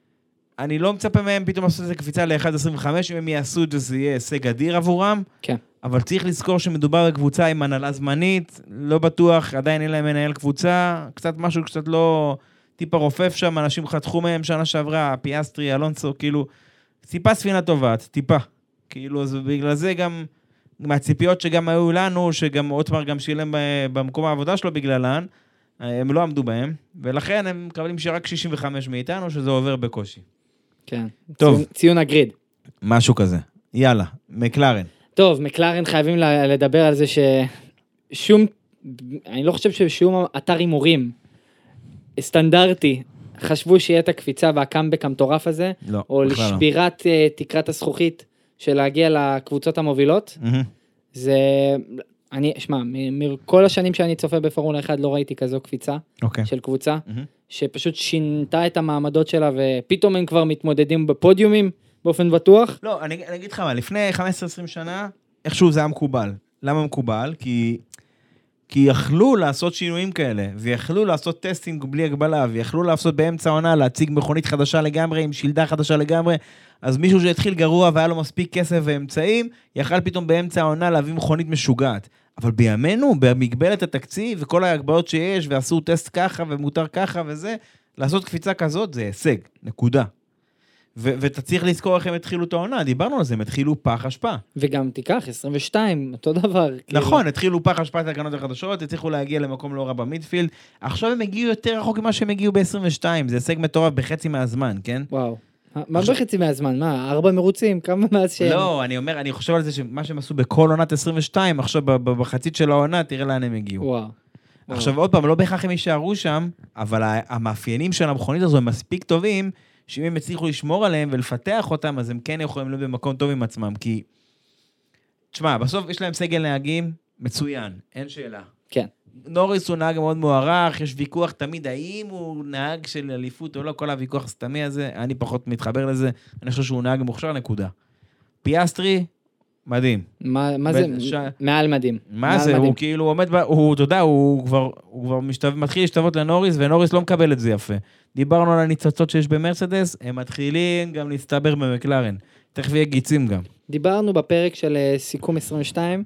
אני לא מצפה מהם פתאום לעשות איזה קפיצה ל-אחת עשרים וחמש, אם הם יעשו את זה, זה יהיה הישג אדיר עבורם. כן. אבל צריך לזכור שמדובר בקבוצה עם הנהלה זמנית, לא בטוח, עדיין אין להם מנהל קבוצה, קצת משהו, קצת לא טיפה רופף שם, אנשים חתכו מהם שנה שעברה, פיאסטרי, אלונסו, כאילו, טיפה ספינה טובה, טיפה. כאילו, אז בגלל זה גם, מהציפיות שגם היו לנו, שגם אוטמר גם שילם במקום העבודה שלו בגללן, הם לא עמדו בהם, ולכן הם מקבלים שרק שישים וחמש מאיתנו, שזה עובר בקושי. כן. טוב. ציון, ציון הגריד. משהו כזה. יאללה, מקלרן. טוב, מקלרן חייבים לדבר על זה ששום, אני לא חושב ששום אתר הימורים סטנדרטי, חשבו שיהיה את הקפיצה והקאמבק המטורף הזה, לא, או לשבירת לא. תקרת הזכוכית של להגיע לקבוצות המובילות. Mm-hmm. זה, אני, שמה, מכל השנים שאני צופה בפורמולה אחד לא ראיתי כזו קפיצה okay. של קבוצה, mm-hmm. שפשוט שינתה את המעמדות שלה, ופתאום הם כבר מתמודדים בפודיומים, באופן בטוח. לא, אני, אני אגיד לך מה, לפני חמש עשרה עשרים שנה, איכשהו זה היה מקובל. למה מקובל? כי כי יכלו לעשות שינויים כאלה, ויכלו לעשות טסטינג בלי הגבלה, ויכלו לעשות באמצע העונה, להציג מכונית חדשה לגמרי, עם שילדה חדשה לגמרי, אז מישהו שהתחיל גרוע והיה לו מספיק כסף ואמצעים, יכל פתאום באמצע העונה להביא מכונית משוגעת. אבל בימינו, במגבלת התקציב, וכל ההגבלות שיש, ועשו טסט ככה, ומותר ככה וזה, לעשות קפיצה כזאת, זה הישג, נקודה. ו- ואתה צריך לזכור איך הם התחילו את העונה, דיברנו על זה, הם התחילו פח אשפה. וגם תיקח, עשרים ושתיים, אותו דבר. נכון, התחילו פח אשפה את הקרנות החדשות, הצליחו להגיע למקום לא רע במידפילד, עכשיו הם הגיעו יותר רחוק ממה שהם הגיעו ב-עשרים ושתיים, זה הישג מטורף בחצי מהזמן, כן? וואו. מה בחצי מהזמן? מה, ארבע מרוצים? כמה מאז שהם? לא, אני אומר, אני חושב על זה שמה שהם עשו בכל עונת עשרים ושתיים, עכשיו בחצית של העונה, תראה לאן הם הגיעו. וואו. עכשיו עוד פעם, לא בהכרח הם יישארו שם, אבל המאפיינים של המכונית הזו הם מספיק טובים, שאם הם הצליחו לשמור עליהם ולפתח אותם, אז הם כן יכולים להיות במקום טוב עם עצמם, כי, תשמע, בסוף יש להם סגל נהגים מצוין, אין שאלה. כן. נוריס הוא נהג מאוד מוערך, יש ויכוח תמיד, האם הוא נהג של אליפות או לא, כל הוויכוח הסתמי הזה, אני פחות מתחבר לזה, אני חושב שהוא נהג מוכשר, נקודה. פיאסטרי, מדהים. מה, מה זה? ש... מעל מדהים. מה מעל זה? מדהים. הוא כאילו עומד, ב... הוא, אתה יודע, הוא כבר, הוא כבר משתו... מתחיל להשתוות לנוריס, ונוריס לא מקבל את זה יפה. דיברנו על הניצוצות שיש במרצדס, הם מתחילים גם להסתבר במקלרן. תכף יהיה גיצים גם. דיברנו בפרק של סיכום עשרים ושתיים,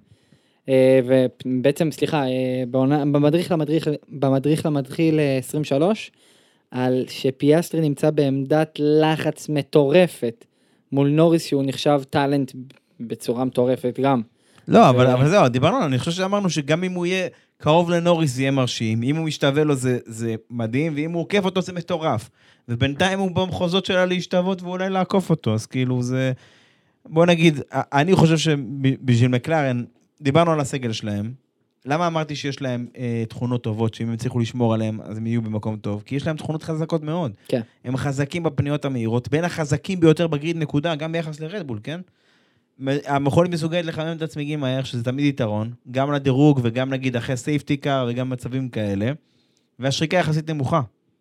ובעצם, סליחה, במדריך למדריך, במדריך למדריך ל-עשרים ושלוש, על שפיאסטרי נמצא בעמדת לחץ מטורפת, מול נוריס שהוא נחשב טלנט בצורה מטורפת גם. לא, אבל, אבל זהו, דיברנו, אני חושב שאמרנו שגם אם הוא יהיה קרוב לנוריס זה יהיה מרשים, אם הוא משתווה לו זה, זה מדהים, ואם הוא עוקף אותו זה מטורף. ובינתיים הוא במחוזות שלה להשתוות ואולי לעקוף אותו, אז כאילו זה... בוא נגיד, אני חושב שבשביל מקלרן, דיברנו על הסגל שלהם, למה אמרתי שיש להם אה, תכונות טובות, שאם הם צריכו לשמור עליהם, אז הם יהיו במקום טוב? כי יש להם תכונות חזקות מאוד. כן. הם חזקים בפניות המהירות, בין החזקים ביותר בגריד נקודה, גם ביחס לרדבול, כן? המכונית מסוגלת לחמם את הצמיגים מהר, שזה תמיד יתרון, גם לדירוג וגם נגיד אחרי סייפטי קאר וגם מצבים כאלה, והשריקה יחסית נמוכה.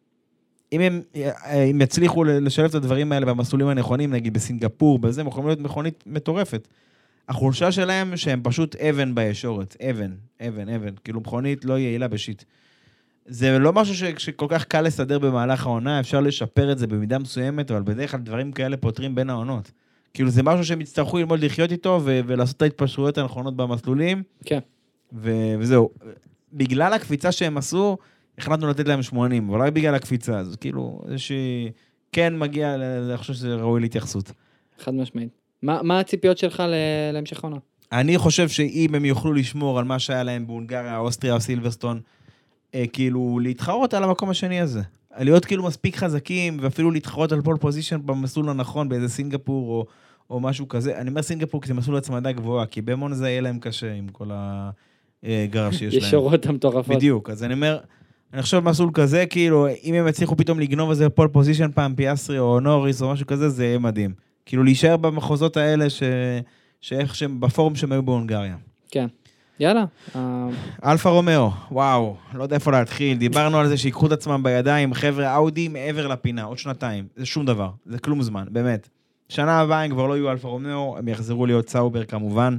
אם הם, הם יצליחו לשלב את הדברים האלה במסלולים הנכונים, נגיד בסינגפור, בזה, הם יכולים להיות מכונית מטורפת. החולשה שלהם שהם פשוט אבן בישורת, אבן, אבן, אבן, כאילו מכונית לא יעילה בשיט. זה לא משהו ש, שכל כך קל לסדר במהלך העונה, אפשר לשפר את זה במידה מסוימת, אבל בדרך כלל דברים כאלה פותרים בין העונות. כאילו זה משהו שהם יצטרכו ללמוד לחיות איתו, ו- ולעשות את ההתפשרויות הנכונות במסלולים. כן. ו- וזהו. בגלל הקפיצה שהם עשו, החלטנו לתת להם שמונים, אבל רק בגלל הקפיצה, אז כאילו, זה שכן מגיע, אני חושב שזה ראוי להתייחסות. חד משמעית. מה, מה הציפיות שלך להמשך העונה? אני חושב שאם הם יוכלו לשמור על מה שהיה להם בהונגריה, אוסטריה או סילברסטון, אה, כאילו להתחרות על המקום השני הזה. להיות כאילו מספיק חזקים, ואפילו להתחרות על פול פוזישן במסלול הנכון, באיזה סינגפור או, או משהו כזה. אני אומר סינגפור כי זה מסלול הצמדה גבוהה, כי במון זה יהיה להם קשה עם כל הגרף שיש להם. ישורות המטורפות. בדיוק, אז אני אומר, אני חושב מסלול כזה, כאילו, אם הם יצליחו פתאום לגנוב איזה פול פוזישן פעם פיאסטרי או נוריס או משהו כזה, זה יהיה מדהים. כאילו להישאר במחוזות האלה ש... שאיך שהם, בפורום שהם היו בהונגריה. כן. יאללה. אלפה רומאו, וואו, לא יודע איפה להתחיל, דיברנו על זה שיקחו את עצמם בידיים, חבר'ה אאודי מעבר לפינה, עוד שנתיים, זה שום דבר, זה כלום זמן, באמת. שנה הבאה הם כבר לא יהיו אלפה רומאו, הם יחזרו להיות סאובר כמובן,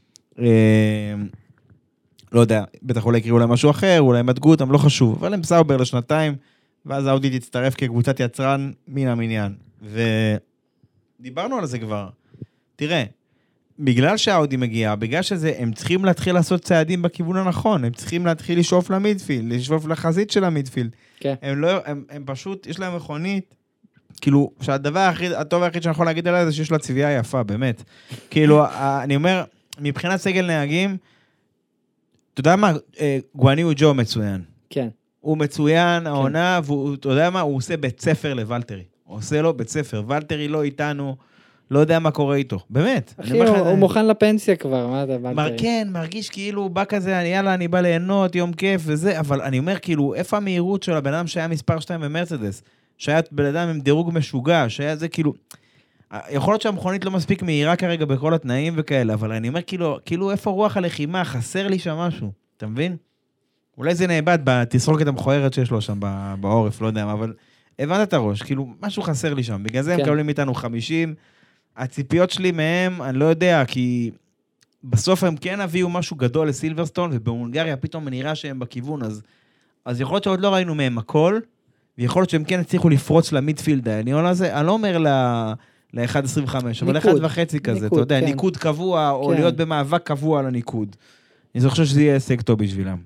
לא יודע, בטח אולי יקראו להם משהו אחר, אולי מדגו אותם, לא חשוב, אבל הם סאובר לשנתיים, ואז אאודי תצטרף כקבוצת יצרן מן המניין, ודיברנו על זה כבר, תראה, בגלל שהאודי מגיע, בגלל שזה, הם צריכים להתחיל לעשות צעדים בכיוון הנכון, הם צריכים להתחיל לשאוף למידפילד, לשאוף לחזית של המידפילד. כן. הם לא, הם, הם פשוט, יש להם מכונית, כאילו, שהדבר הכי, הטוב היחיד שאני יכול להגיד עליה זה שיש לה צביעה יפה, באמת. כאילו, אני אומר, מבחינת סגל נהגים, אתה יודע מה, גואניו ג'ו מצוין. כן. הוא מצוין, העונה, ואתה יודע מה, הוא עושה בית ספר לוולטרי. הוא עושה לו בית ספר, וולטרי לא איתנו, לא יודע מה קורה איתו, באמת. אחי, הוא מוכן לפנסיה כבר, מה אתה בא? כן, מרגיש כאילו הוא בא כזה, יאללה, אני בא ליהנות, יום כיף וזה, אבל אני אומר כאילו, איפה המהירות של הבן אדם שהיה מספר שתיים במרצדס, שהיה בן אדם עם דירוג משוגע, שהיה זה כאילו, יכול להיות שהמכונית לא מספיק מהירה כרגע בכל התנאים וכאלה, אבל אני אומר כאילו, כאילו איפה רוח הלחימה, חסר לי שם משהו, אתה מבין? אולי זה נאבד בתסרוקת המכוערת שיש לו שם בעורף, לא יודע מה, אבל הבנת את הראש, כאילו משהו חסר לי שם, בגלל זה הם מקבלים איתנו חמישים, הציפיות שלי מהם, אני לא יודע, כי בסוף הם כן הביאו משהו גדול לסילברסטון, ובהונגריה פתאום נראה שהם בכיוון, אז, אז יכול להיות שעוד לא ראינו מהם הכל, ויכול להיות שהם כן הצליחו לפרוץ למידפילד העליון הזה, אני לא אומר ל-אחת עשרים וחמש, אבל אחד וחצי כזה, אתה יודע, ניקוד קבוע, או להיות במאבק קבוע על הניקוד. אני חושב שזה יהיה הישג טוב בשבילם.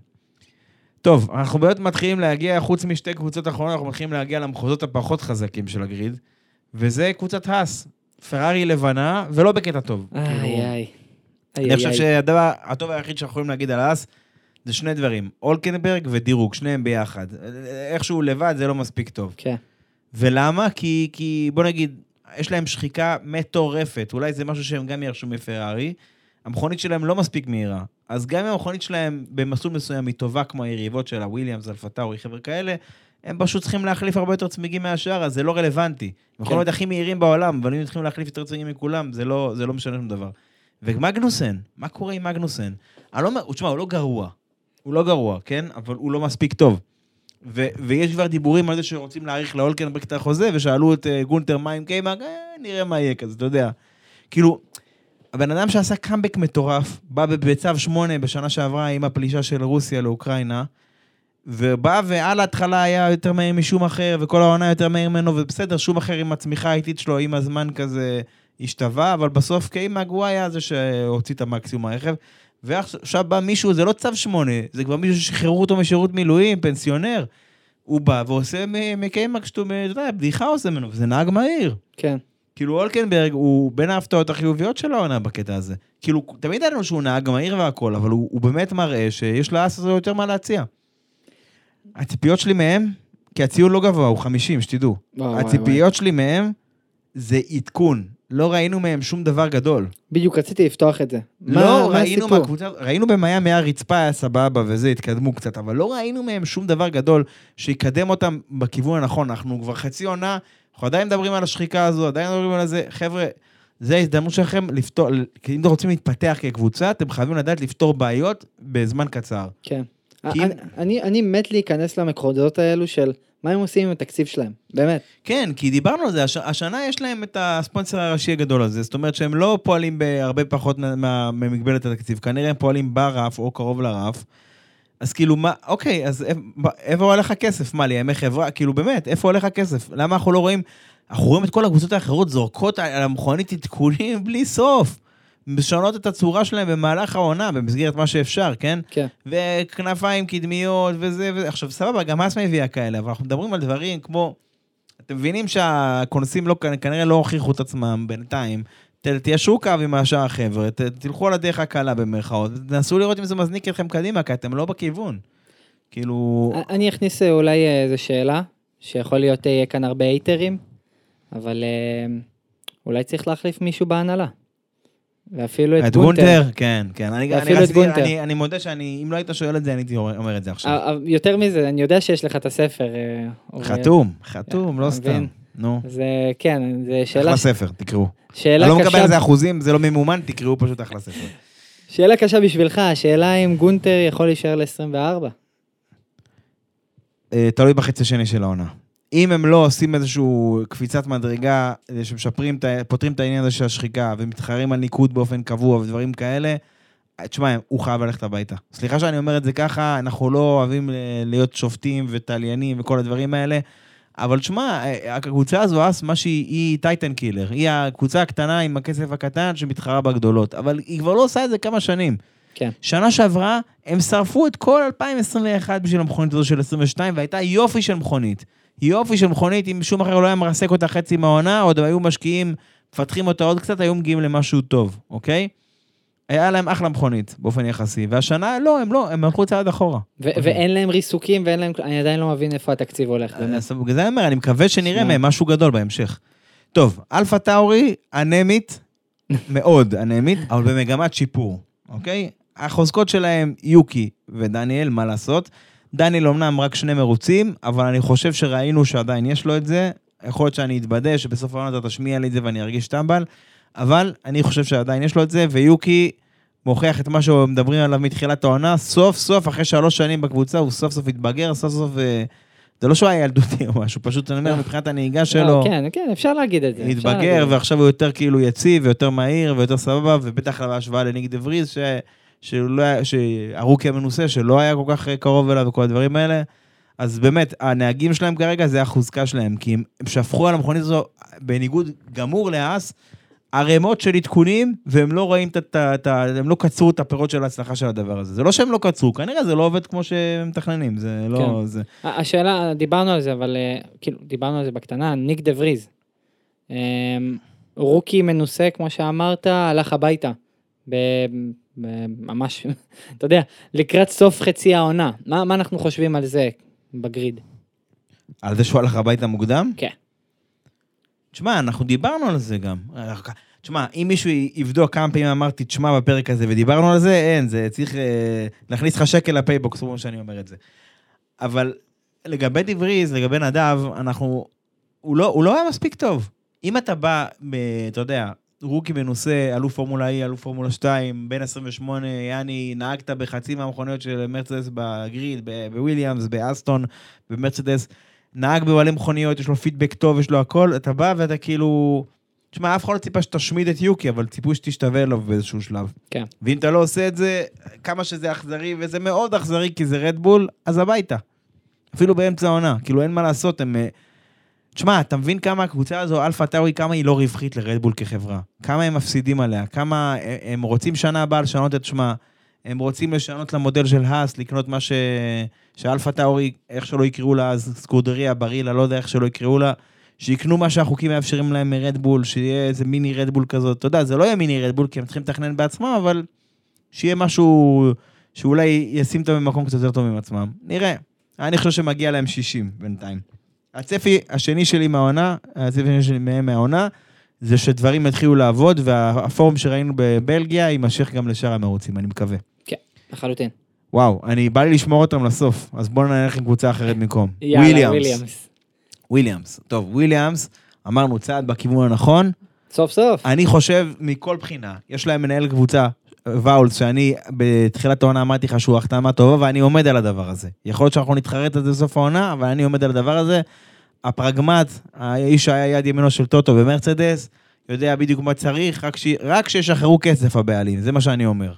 טוב, אנחנו באמת מתחילים להגיע, חוץ משתי קבוצות האחרונות, אנחנו מתחילים להגיע למחוזות הפחות חזקים של הגריד, וזה קבוצת האס, פרארי לבנה, ולא בקטע טוב. איי, איי. אני חושב שהדבר הטוב היחיד שאנחנו יכולים להגיד על האס, זה שני דברים, אולקנברג ודירוג, שניהם ביחד. איכשהו לבד זה לא מספיק טוב. כן. ולמה? כי, כי בוא נגיד, יש להם שחיקה מטורפת, אולי זה משהו שהם גם ירשו מפרארי, המכונית שלהם לא מספיק מהירה, אז גם אם המכונית שלהם במסלול מסוים היא טובה כמו היריבות של הוויליאמס, אלפה טאורי, חבר'ה כאלה, הם פשוט צריכים להחליף הרבה יותר צמיגים מהשאר, אז זה לא רלוונטי. הם יכולים להיות הכי מהירים בעולם, אבל אם צריכים להחליף יותר צמיגים מכולם, זה לא, זה לא משנה שום דבר. ומגנוסן, מה קורה עם מגנוסן? אני לא אומר, תשמע, הוא לא גרוע. הוא לא גרוע, כן? אבל הוא לא מספיק טוב. ו- ויש כבר דיבורים על זה שרוצים להאריך לאולקנברג את החוזה, ושאלו את uh, גונטר מה עם קיימאג, אה, נראה מה יהיה כזה, אתה יודע. כאילו, הבן אדם שעשה קאמבק מטורף, בא בצו שמונה בשנה שעברה עם הפלישה של רוסיה לאוקראינה, ובא ועל ההתחלה היה יותר מהיר משום אחר, וכל העונה יותר מהיר ממנו, ובסדר, שום אחר עם הצמיחה האיטית שלו, עם הזמן כזה השתווה, אבל בסוף קיימאג הוא היה זה שהוציא את המקסימום מהרכב, ועכשיו בא מישהו, זה לא צו שמונה, זה כבר מישהו ששחררו אותו משירות מילואים, פנסיונר, הוא בא ועושה מקיימאג שאתה יודע, בדיחה עושה ממנו, וזה נהג מהיר. כן. כאילו אולקנברג הוא בין ההפתעות החיוביות של העונה בקטע הזה. כאילו, תמיד היה לנו שהוא נהג מהיר והכל, אבל הוא, הוא באמת מראה שיש לאס הזה יותר מה להציע. הציפיות שלי מהם, כי הציון לא גבוה, הוא חמישים, שתדעו. וואו, הציפיות וואי, וואי. שלי מהם, זה עדכון. לא ראינו מהם שום דבר גדול. בדיוק, רציתי לפתוח את זה. לא מה, ראינו מה מהקבוצה, ראינו במאיה מהרצפה היה סבבה וזה, התקדמו קצת, אבל לא ראינו מהם שום דבר גדול שיקדם אותם בכיוון הנכון. אנחנו כבר חצי עונה, אנחנו עדיין מדברים על השחיקה הזו, עדיין מדברים על זה. חבר'ה, זה ההזדמנות שלכם לפתור, כי אם אתם רוצים להתפתח כקבוצה, אתם חייבים לדעת לפתור בעיות בזמן קצר. כן. אני, אני, אני מת להיכנס למקרודות האלו של מה הם עושים עם התקציב שלהם, באמת. כן, כי דיברנו על זה, הש... השנה יש להם את הספונסר הראשי הגדול הזה, זאת אומרת שהם לא פועלים בהרבה פחות ממגבלת התקציב, כנראה הם פועלים ברף או קרוב לרף, אז כאילו מה, אוקיי, אז איפה הולך הכסף? מה, לימי חברה? כאילו באמת, איפה הולך הכסף? למה אנחנו לא רואים, אנחנו רואים את כל הקבוצות האחרות זורקות על המכונית עדכונים בלי סוף, משנות את הצורה שלהם במהלך העונה, במסגרת מה שאפשר, כן? כן. וכנפיים קדמיות וזה וזה. עכשיו, סבבה, גם אסמה הביאה כאלה, אבל אנחנו מדברים על דברים כמו, אתם מבינים שהקונסים לא, כנראה לא הוכיחו את עצמם בינתיים, תיישרו קו עם השאר החבר'ה, תלכו על הדרך הקלה במרכאות, תנסו לראות אם זה מזניק אתכם קדימה, כי אתם לא בכיוון. כאילו... אני אכניס אולי איזו שאלה, שיכול להיות יהיה כאן הרבה היתרים, אבל אולי צריך להחליף מישהו בהנהלה. ואפילו את, את גונטר. גונטר, כן, כן. אני, אני, את רציתי, אני, אני מודה שאני, אם לא היית שואל את זה, אני הייתי אומר את זה עכשיו. יותר מזה, אני יודע שיש לך את הספר. חתום, חתום, לא סתם. נו. זה, כן, זה שאלה... אחלה ספר, תקראו. שאלה קשה... קשה... לא מקבל איזה אחוזים, זה לא ממומן, תקראו פשוט אחלה ספר. שאלה קשה בשבילך, השאלה אם גונטר יכול להישאר ל-עשרים וארבע. תלוי בחצי שני של העונה. אם הם לא עושים איזשהו קפיצת מדרגה, שמשפרים, פותרים את העניין הזה של השחיקה, ומתחרים על ניקוד באופן קבוע ודברים כאלה, תשמע, הוא חייב ללכת הביתה. סליחה שאני אומר את זה ככה, אנחנו לא אוהבים להיות שופטים וטליינים וכל הדברים האלה, אבל תשמע, הקבוצה הזו, מה שהיא, היא טייטן קילר, היא הקבוצה הקטנה עם הכסף הקטן שמתחרה בגדולות, אבל היא כבר לא עושה את זה כמה שנים. כן. שנה שעברה, הם שרפו את כל אלפיים עשרים ואחת בשביל המכונית הזו של עשרים ושתיים, והייתה יופי של מכונית. יופי של מכונית, אם שום אחר לא היה מרסק אותה חצי מהעונה, עוד היו משקיעים, מפתחים אותה עוד קצת, היו מגיעים למשהו טוב, אוקיי? היה להם אחלה מכונית, באופן יחסי, והשנה לא, הם לא, הם הלכו צעד אחורה. ואין להם ריסוקים, ואין להם, אני עדיין לא מבין איפה התקציב הולך. בגלל זה אני אומר, אני מקווה שנראה מהם משהו גדול בהמשך. טוב, אלפה טאורי, אנמית, מאוד אנמית, אבל במגמת שיפור, אוקיי? החוזקות שלהם, יוקי ודניאל, מה לעשות? דניאל אומנם רק שני מרוצים, אבל אני חושב שראינו שעדיין יש לו את זה, יכול להיות שאני אתבדה, שבסוף העונה אתה תשמיע לי את זה ואני ארגיש טמבל, אבל אני חושב שעדיין יש לו את זה, ויוקי מוכיח את מה שמדברים עליו מתחילת העונה, סוף סוף, אחרי שלוש שנים בקבוצה, הוא סוף סוף התבגר, סוף סוף זה לא שהוא היה ילדותי או משהו, פשוט אני אומר, מבחינת הנהיגה שלו, כן, כן, אפשר להגיד את זה. התבגר, ועכשיו הוא יותר כאילו יציב, ויותר מהיר, ויותר סבבה, ובטח להשוואה לניק דה וריז, שהרוקי המנוסה, שלא היה כל כך קרוב אליו, וכל הדברים האלה, אז באמת, הנהגים שלהם כרגע, זה החוזקה שלהם, כי הם שפכו על המכונית הזו, בניגוד גמור להאס, הרמות של עדכונים, והם לא רואים את ה... הם לא קצרו את הפירות של ההצלחה של הדבר הזה. זה לא שהם לא קצרו, כנראה זה לא עובד כמו שהם מתכננים, זה לא... זה... השאלה, דיברנו על זה, אבל כאילו, דיברנו על זה בקטנה, ניק דה וריז. רוקי מנוסה, כמו שאמרת, הלך הביתה. ממש, אתה יודע, לקראת סוף חצי העונה. מה, מה אנחנו חושבים על זה בגריד? על זה שהוא הלך הביתה מוקדם? כן. תשמע, אנחנו דיברנו על זה גם. תשמע, אם מישהו יבדוק כמה פעמים אמרתי, תשמע בפרק הזה, ודיברנו על זה, אין, זה צריך אה, להכניס לך שקל לפייבוקס, כמו שאני אומר את זה. אבל לגבי דבריז, לגבי נדב, אנחנו, הוא לא, הוא לא היה מספיק טוב. אם אתה בא, ב, אתה יודע, רוקי מנוסה, אלוף פורמולה E, אלוף פורמולה שתיים, בין עשרים ושמונה, יעני, נהגת בחצי מהמכוניות של מרצדס בגריד, בוויליאמס, באסטון, במרצדס, נהג בבעלי מכוניות, יש לו פידבק טוב, יש לו הכל, אתה בא ואתה כאילו... תשמע, אף אחד לא ציפה שתשמיד את יוקי, אבל ציפו שתשתווה לו באיזשהו שלב. כן. ואם אתה לא עושה את זה, כמה שזה אכזרי, וזה מאוד אכזרי, כי זה רדבול, אז הביתה. אפילו באמצע העונה. כאילו, אין מה לעשות, הם... תשמע, אתה מבין כמה הקבוצה הזו, אלפה טאורי, כמה היא לא רווחית לרדבול כחברה. כמה הם מפסידים עליה, כמה הם רוצים שנה הבאה לשנות את שמה, הם רוצים לשנות למודל של האס, לקנות מה ש... שאלפה טאורי, איך שלא יקראו לה, אז סקודריה, ברילה, לא יודע איך שלא יקראו לה, שיקנו מה שהחוקים מאפשרים להם מרדבול, שיהיה איזה מיני רדבול כזאת. אתה יודע, זה לא יהיה מיני רדבול, כי הם צריכים לתכנן בעצמם, אבל שיהיה משהו שאולי ישים אותם במקום קצת יותר טוב עם עצמם. נראה. אני חושב שמגיע להם שישים בינתיים. הצפי השני שלי מהעונה, הצפי שלי מהם מהעונה, זה שדברים יתחילו לעבוד, והפורום שראינו בבלגיה יימשך גם לשאר המרוצים, אני מקווה. כן, לחלוטין. וואו, אני בא לי לשמור אותם לסוף, אז בואו נלך עם קבוצה אחרת מקום. יאללה, וויליאמס. וויליאמס. טוב, וויליאמס, אמרנו צעד בכיוון הנכון. סוף סוף. אני חושב מכל בחינה, יש להם מנהל קבוצה, ואולס, שאני בתחילת העונה אמרתי לך שהוא החתמה טובה, ואני עומד על הדבר הזה. יכול להיות שאנחנו נתחרט על זה בסוף העונה, אבל אני עומד על הדבר הזה. הפרגמט, האיש שהיה יד ימינו של טוטו במרצדס, יודע בדיוק מה צריך, רק, ש... רק שישחררו כסף הבעלים, זה מה שאני אומר.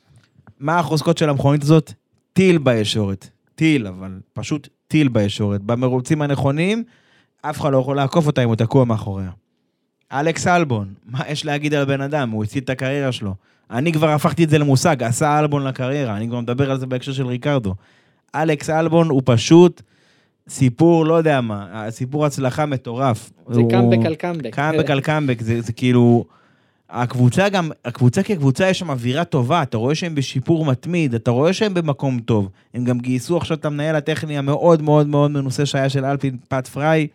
מה החוזקות של המכונית הזאת? טיל בישורת. טיל, אבל פשוט טיל בישורת. במרוצים הנכונים, אף אחד לא יכול לעקוף אותה אם הוא תקוע מאחוריה. אלכס אלבון, מה יש להגיד על בן אדם? הוא הציל את הקריירה שלו. אני כבר הפכתי את זה למושג, עשה אלבון לקריירה, אני כבר מדבר על זה בהקשר של ריקרדו. אלכס אלבון הוא פשוט סיפור, לא יודע מה, סיפור הצלחה מטורף. זה קאמבק על קאמבק. קאמבק על קאמבק, זה, זה כאילו, הקבוצה גם, הקבוצה כקבוצה יש שם אווירה טובה, אתה רואה שהם בשיפור מתמיד, אתה רואה שהם במקום טוב, הם גם גייסו עכשיו את המנהל הטכני המאוד מאוד מאוד מנוסה שהיה של אלפין פאט פריי,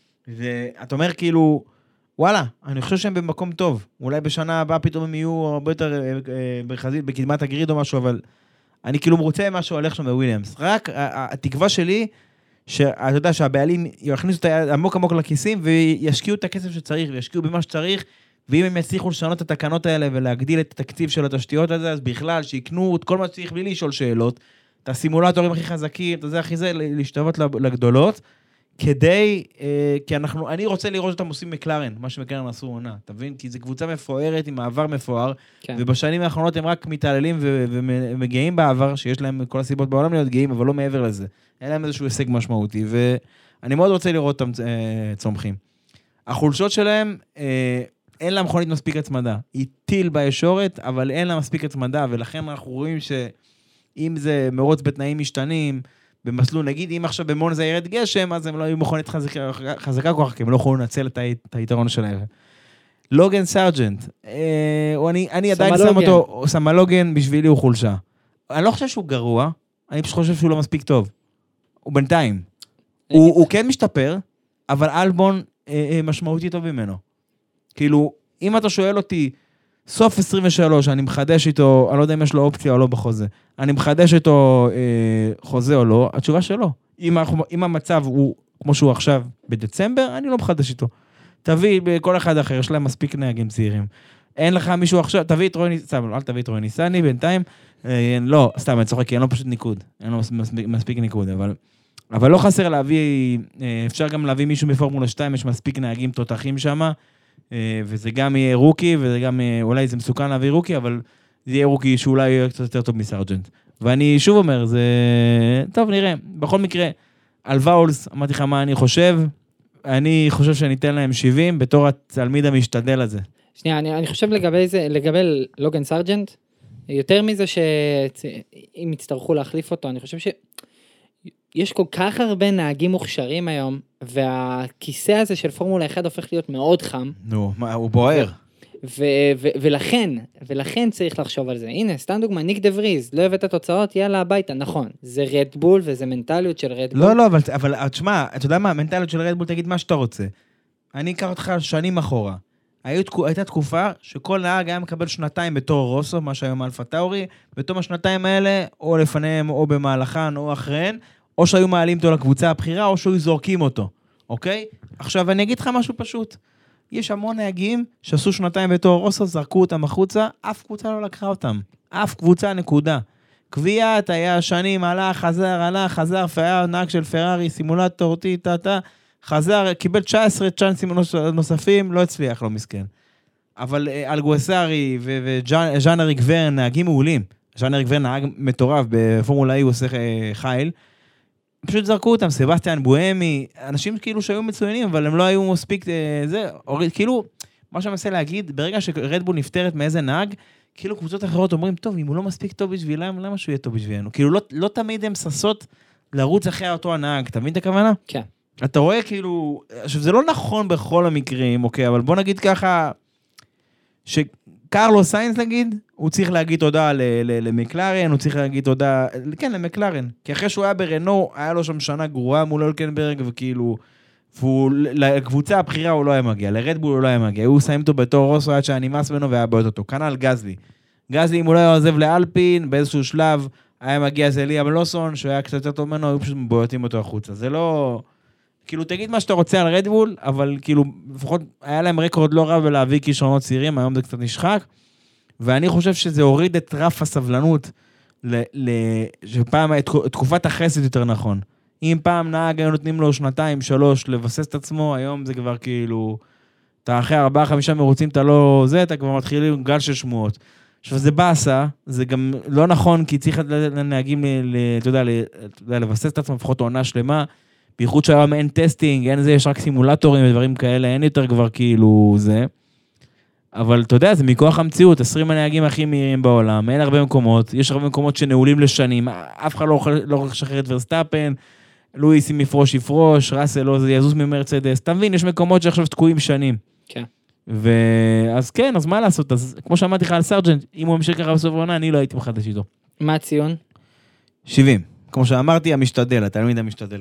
ואתה אומר כאילו, וואלה, אני חושב שהם במקום טוב. אולי בשנה הבאה פתאום הם יהיו הרבה יותר בחזית, בקדמת הגריד או משהו, אבל אני כאילו מרוצה משהו הולך שם בוויליאמס. רק התקווה שלי, שאתה יודע שהבעלים יכניסו את היד עמוק עמוק לכיסים, וישקיעו את הכסף שצריך, וישקיעו במה שצריך, ואם הם יצליחו לשנות את התקנות האלה, ולהגדיל את התקציב של התשתיות הזה, אז בכלל, שיקנו את כל מה שצריך בלי לשאול שאלות, את הסימולטורים הכי חזקים, את זה הכי זה, להשתוות לגדולות, כדי, כי אנחנו, אני רוצה לראות אותם עושים מקלרן, מה שמקלרן עשו עונה, תבין? כי זו קבוצה מפוארת עם מעבר מפואר, כן. ובשנים האחרונות הם רק מתעללים ו- ומגיעים בעבר, שיש להם כל הסיבות בעולם להיות גאים, אבל לא מעבר לזה. אין להם איזשהו הישג משמעותי, ואני מאוד רוצה לראות אותם צומחים. החולשות שלהם, אין לה מכונית מספיק הצמדה. היא טיל בישורת, אבל אין לה מספיק הצמדה, ולכן אנחנו רואים שאם זה מרוץ בתנאים משתנים, במסלול, נגיד, אם עכשיו במונזה ירד גשם, אז הם לא היו מכונית חזקה, חזקה כל כך, כי הם לא יכולו לנצל את, את היתרון שלהם. לוגן סארג'נט, אה, אני, אני עדיין שם אותו, סמלוגן בשבילי הוא חולשה. אני לא חושב שהוא גרוע, אני פשוט חושב שהוא לא מספיק טוב. הוא בינתיים. הוא, הוא כן משתפר, אבל אלבון אה, אה, משמעותי טוב ממנו. כאילו, אם אתה שואל אותי, סוף עשרים ושלוש, אני מחדש איתו, אני לא יודע אם יש לו אופציה או לא בחוזה, אני מחדש איתו אה, חוזה או לא, התשובה שלו. אם, אם המצב הוא כמו שהוא עכשיו בדצמבר, אני לא מחדש איתו. תביא בכל אחד אחר, יש להם מספיק נהגים צעירים. אין לך מישהו עכשיו, תביא את רוי ניסני, אל תביא את רוי ניסני, בינתיים, אה, לא, סתם, אני צוחק, כי אין לו פשוט ניקוד, אין לו מספיק, מספיק ניקוד, אבל אבל לא חסר להביא, אפשר גם להביא מישהו מפורמולה שתיים, יש מספיק נהגים תותחים שם, וזה גם יהיה רוקי, וזה גם, אולי זה מסוכן להביא רוקי, אבל זה יהיה רוקי שאולי יהיה קצת יותר טוב מסרג'נט. ואני שוב אומר, זה... טוב, נראה. בכל מקרה, על ואולס, אמרתי לך מה אני חושב, אני חושב שאני אתן להם שבעים, בתור התלמיד המשתדל הזה. שנייה, אני, אני חושב לגבי זה, לגבי לוגן סרג'נט, יותר מזה שאם יצטרכו להחליף אותו, אני חושב שיש כל כך הרבה נהגים מוכשרים היום, והכיסא הזה של פורמולה אחד הופך להיות מאוד חם. נו, מה, הוא בוער. ו- ו- ולכן, ולכן צריך לחשוב על זה. הנה, סתם דוגמה, ניק דה וריז, לא הבאת התוצאות, יאללה הביתה, נכון. זה רדבול, וזה מנטליות של רדבול. לא, לא, אבל, אבל תשמע, אתה יודע מה, המנטליות של רדבול, תגיד מה שאתה רוצה. אני אקח אותך שנים אחורה. הייתה תקופה שכל נהג היה מקבל שנתיים בתור רוסו, מה שהיום אלפה טאורי, בתום השנתיים האלה, או לפניהם, או במהלכן, או אחריהן, או שהיו מעלים אותו לקבוצה הבחירה, או שהיו זורקים אותו, אוקיי? עכשיו, אני אגיד לך משהו פשוט. יש המון נהגים שעשו שנתיים בתור רוסו, זרקו אותם החוצה, אף קבוצה לא לקחה אותם. אף קבוצה נקודה. קביעת היה שנים, עלה, חזר, עלה, חזר, היה נהג של פרארי, סימולטור, טי, טה, חזר, קיבל תשע עשרה צ'אנסים נוספים, לא הצליח, לא מסכן. אבל אלגואסרי וז'אן אריק ורן, נהגים מעולים. ז'אן אריק ורן נהג מטורף, בפורמולה אי הוא עושה חייל. פשוט זרקו אותם, סבסטיאן בוהמי, אנשים כאילו שהיו מצוינים, אבל הם לא היו מספיק, זה, כאילו, מה שאני מנסה להגיד, ברגע שרדבול נפטרת מאיזה נהג, כאילו קבוצות אחרות אומרים, טוב, אם הוא לא מספיק טוב בשבילם, למה שהוא יהיה טוב בשבילנו? כאילו, לא, לא תמיד הם ססות לרוץ אחרי אותו הנהג, אתה מבין את הכוונה? כן. אתה רואה כאילו, עכשיו זה לא נכון בכל המקרים, אוקיי, אבל בוא נגיד ככה, שקרלוס סיינס נגיד, הוא צריך להגיד תודה למקלרן, הוא צריך להגיד תודה, כן, למקלרן, כי אחרי שהוא היה ברנו, היה לו שם שנה גרועה מול אולקנברג, וכאילו, לקבוצה הבחירה הוא לא היה מגיע, לרדבול הוא לא היה מגיע, הוא סיים אותו בתור רוסו, עד שהיה נמאס ממנו והיה בועט אותו, כנ"ל גזלי. גזלי, אם הוא לא היה עוזב לאלפין, באיזשהו שלב, היה מגיע זה ליאם לוסון, שהוא היה קצת יותר טוב ממנו, היו פשוט בועטים אותו החוצה. זה לא... כאילו, תגיד מה שאתה רוצה על רדבול, אבל כאילו, לפחות היה להם רקורד לא רב ולהביא כישרונות צעירים, היום זה קצת נשחק, ואני חושב שזה הוריד את רף הסבלנות, ל... ל... שפעם, את תקופת החסד יותר נכון. אם פעם נהג היו נותנים לו שנתיים, שלוש, לבסס את עצמו, היום זה כבר כאילו, אתה אחרי ארבעה, חמישה מרוצים, אתה לא זה, אתה כבר מתחיל עם גל של שמועות. עכשיו, זה באסה, זה גם לא נכון, כי צריך לנהגים, אתה יודע, לבסס את עצמם, לפחות עונה שלמה, בייחוד שהיום אין טסטינג, אין זה, יש רק סימולטורים ודברים כאלה, אין יותר כבר כאילו זה. אבל אתה יודע, זה מכוח המציאות, עשרים הנהגים הכי מהירים בעולם, אין הרבה מקומות, יש הרבה מקומות שנעולים לשנים, אף אחד לא הולך לשחרר את ורסטאפן, לואיס אם יפרוש יפרוש, ראסל לא, זה יזוז ממרצדס, אתה מבין, יש מקומות שעכשיו תקועים שנים. כן. ואז כן, אז מה לעשות? אז כמו שאמרתי לך על סרג'נט, אם הוא המשיך ככה בסוף העונה, אני לא הייתי מחדש איתו. מה הציון? שבעים. כמו שאמרתי, המשתדל, התלמיד המשתדל.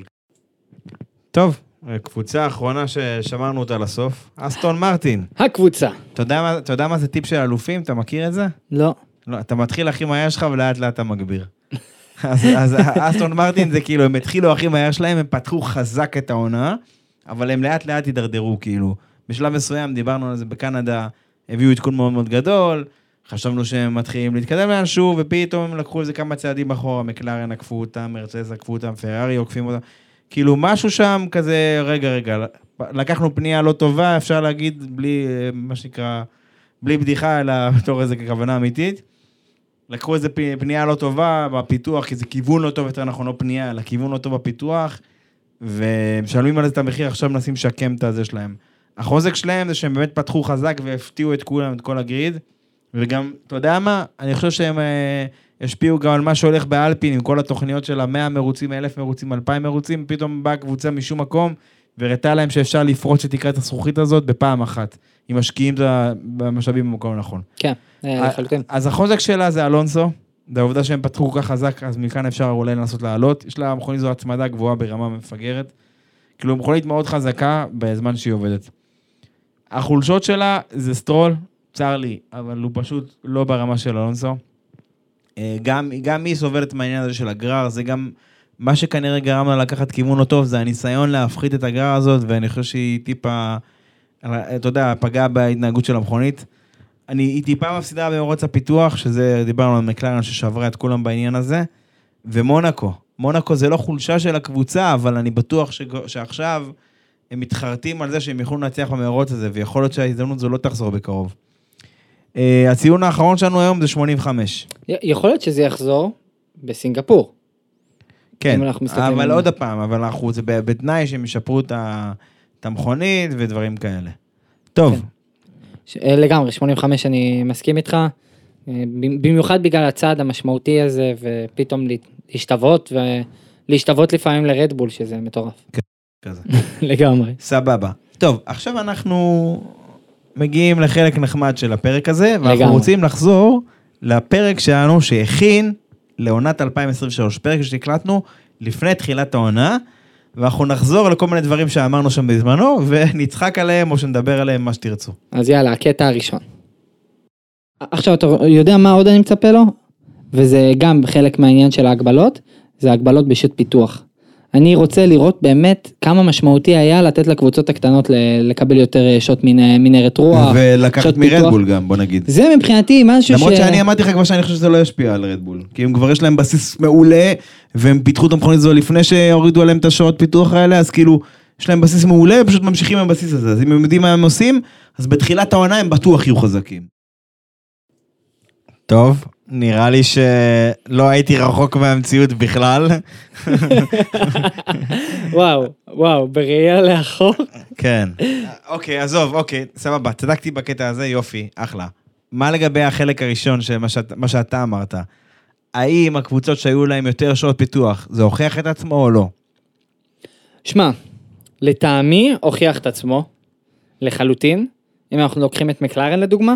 טוב, קבוצה האחרונה ששמרנו אותה לסוף, אסטון מרטין. הקבוצה. אתה יודע מה, אתה יודע מה זה טיפ של אלופים? אתה מכיר את זה? לא. לא, אתה מתחיל הכי מהר שלך ולאט לאט אתה מגביר. אז, אז אסטון מרטין זה כאילו, הם התחילו הכי מהר שלהם, הם פתחו חזק את העונה, אבל הם לאט לאט הידרדרו כאילו. בשלב מסוים דיברנו על זה בקנדה, הביאו עדכון מאוד מאוד גדול, חשבנו שהם מתחילים להתקדם לאנשהו, ופתאום הם לקחו איזה כמה צעדים אחורה, מקלרן עקפו אותם, מרצדס עקפו אותם, פרארי עוקפים אותם, כאילו משהו שם כזה, רגע רגע, לקחנו פנייה לא טובה, אפשר להגיד בלי, מה שנקרא, בלי בדיחה, אלא בתור איזה כוונה אמיתית, לקחו איזה פנייה לא טובה בפיתוח, כי זה כיוון לא טוב יותר נכון, לא פנייה, אלא כיוון לא טוב בפיתוח, ומשלמים על זה את המחיר, עכשיו מנסים לשקם את הזה שלהם. החוזק שלהם זה שהם באמת פתחו חזק והפתיעו את כולם, את כל הגריד, וגם, אתה יודע מה? אני חושב שהם אה, השפיעו גם על מה שהולך באלפין, עם כל התוכניות של המאה מרוצים, אלף מרוצים, אלפיים מרוצים, פתאום באה קבוצה משום מקום, וראתה להם שאפשר לפרוץ שתקרא את הזכוכית הזאת בפעם אחת, אם משקיעים במשאבים במקום הנכון. כן, חלוטין. אז החוזק שלה זה אלונסו, זה העובדה שהם פתחו כל כך חזק, אז מכאן אפשר אולי לנסות לעלות, יש לה מכונית זו הצמדה גבוהה ברמה מפגרת, כאילו מכונית מאוד חזקה בזמן שהיא עובדת. החולשות שלה זה סטרול, צר לי, אבל הוא פשוט לא ברמה של אלונסו. גם, גם היא סובלת מהעניין הזה של הגרר, זה גם מה שכנראה גרם לה לקחת כיוון לא טוב, זה הניסיון להפחית את הגרר הזאת, ואני חושב שהיא טיפה, אתה יודע, פגעה בהתנהגות של המכונית. אני, היא טיפה מפסידה במרוץ הפיתוח, שזה דיברנו על מקלרן ששברה את כולם בעניין הזה, ומונקו. מונקו זה לא חולשה של הקבוצה, אבל אני בטוח ש... שעכשיו הם מתחרטים על זה שהם יכולים לנצח במאורות הזה, ויכול להיות שההזדמנות זו לא תחזור בקרוב. Uh, הציון האחרון שלנו היום זה שמונים וחמש. יכול להיות שזה יחזור בסינגפור. כן, אבל עוד הפעם, אבל אנחנו, זה בתנאי שהם ישפרו את המכונית ודברים כאלה. טוב. לגמרי, שמונים וחמש אני מסכים איתך, במיוחד בגלל הצעד המשמעותי הזה, ופתאום להשתוות, ולהשתוות לפעמים לרדבול, שזה מטורף. כן, כזה. לגמרי. סבבה. טוב, עכשיו אנחנו מגיעים לחלק נחמד של הפרק הזה, ואנחנו רוצים לחזור לפרק שלנו שהכין לעונת אלפיים עשרים ושלוש, פרק שהקלטנו לפני תחילת העונה, ואנחנו נחזור לכל מיני דברים שאמרנו שם בזמנו, ונצחק עליהם או שנדבר עליהם מה שתרצו. אז יאללה, הקטע הראשון. עכשיו, אתה יודע מה עוד אני מצפה לו? וזה גם חלק מהעניין של ההגבלות, זה ההגבלות בשוט פיתוח. אני רוצה לראות באמת כמה משמעותי היה לתת לקבוצות הקטנות לקבל יותר שוט מנהרת רוח. ולקחת מרדבול גם, בוא נגיד. זה מבחינתי משהו ש... למרות שאני אמרתי לך כבר שאני חושב שזה לא ישפיע על רדבול. כי הם כבר יש להם בסיס מעולה, והם פיתחו את המכונית הזו לפני שהורידו עליהם את השעות פיתוח האלה, אז כאילו, יש להם בסיס מעולה, פשוט ממשיכים עם הבסיס הזה. אז אם הם יודעים מה הם עושים, אז בתחילת העונה הם בטוח יהיו חזקים. טוב, נראה לי שלא הייתי רחוק מהמציאות בכלל. וואו, וואו, בראייה לאחור. כן. אוקיי, עזוב, אוקיי, סבבה, צדקתי בקטע הזה, יופי, אחלה. מה לגבי החלק הראשון, מה שאתה אמרת? האם הקבוצות שהיו להם יותר שעות פיתוח, זה הוכיח את עצמו או לא? שמע, לטעמי הוכיח את עצמו, לחלוטין, אם אנחנו לוקחים את מקלרן לדוגמה,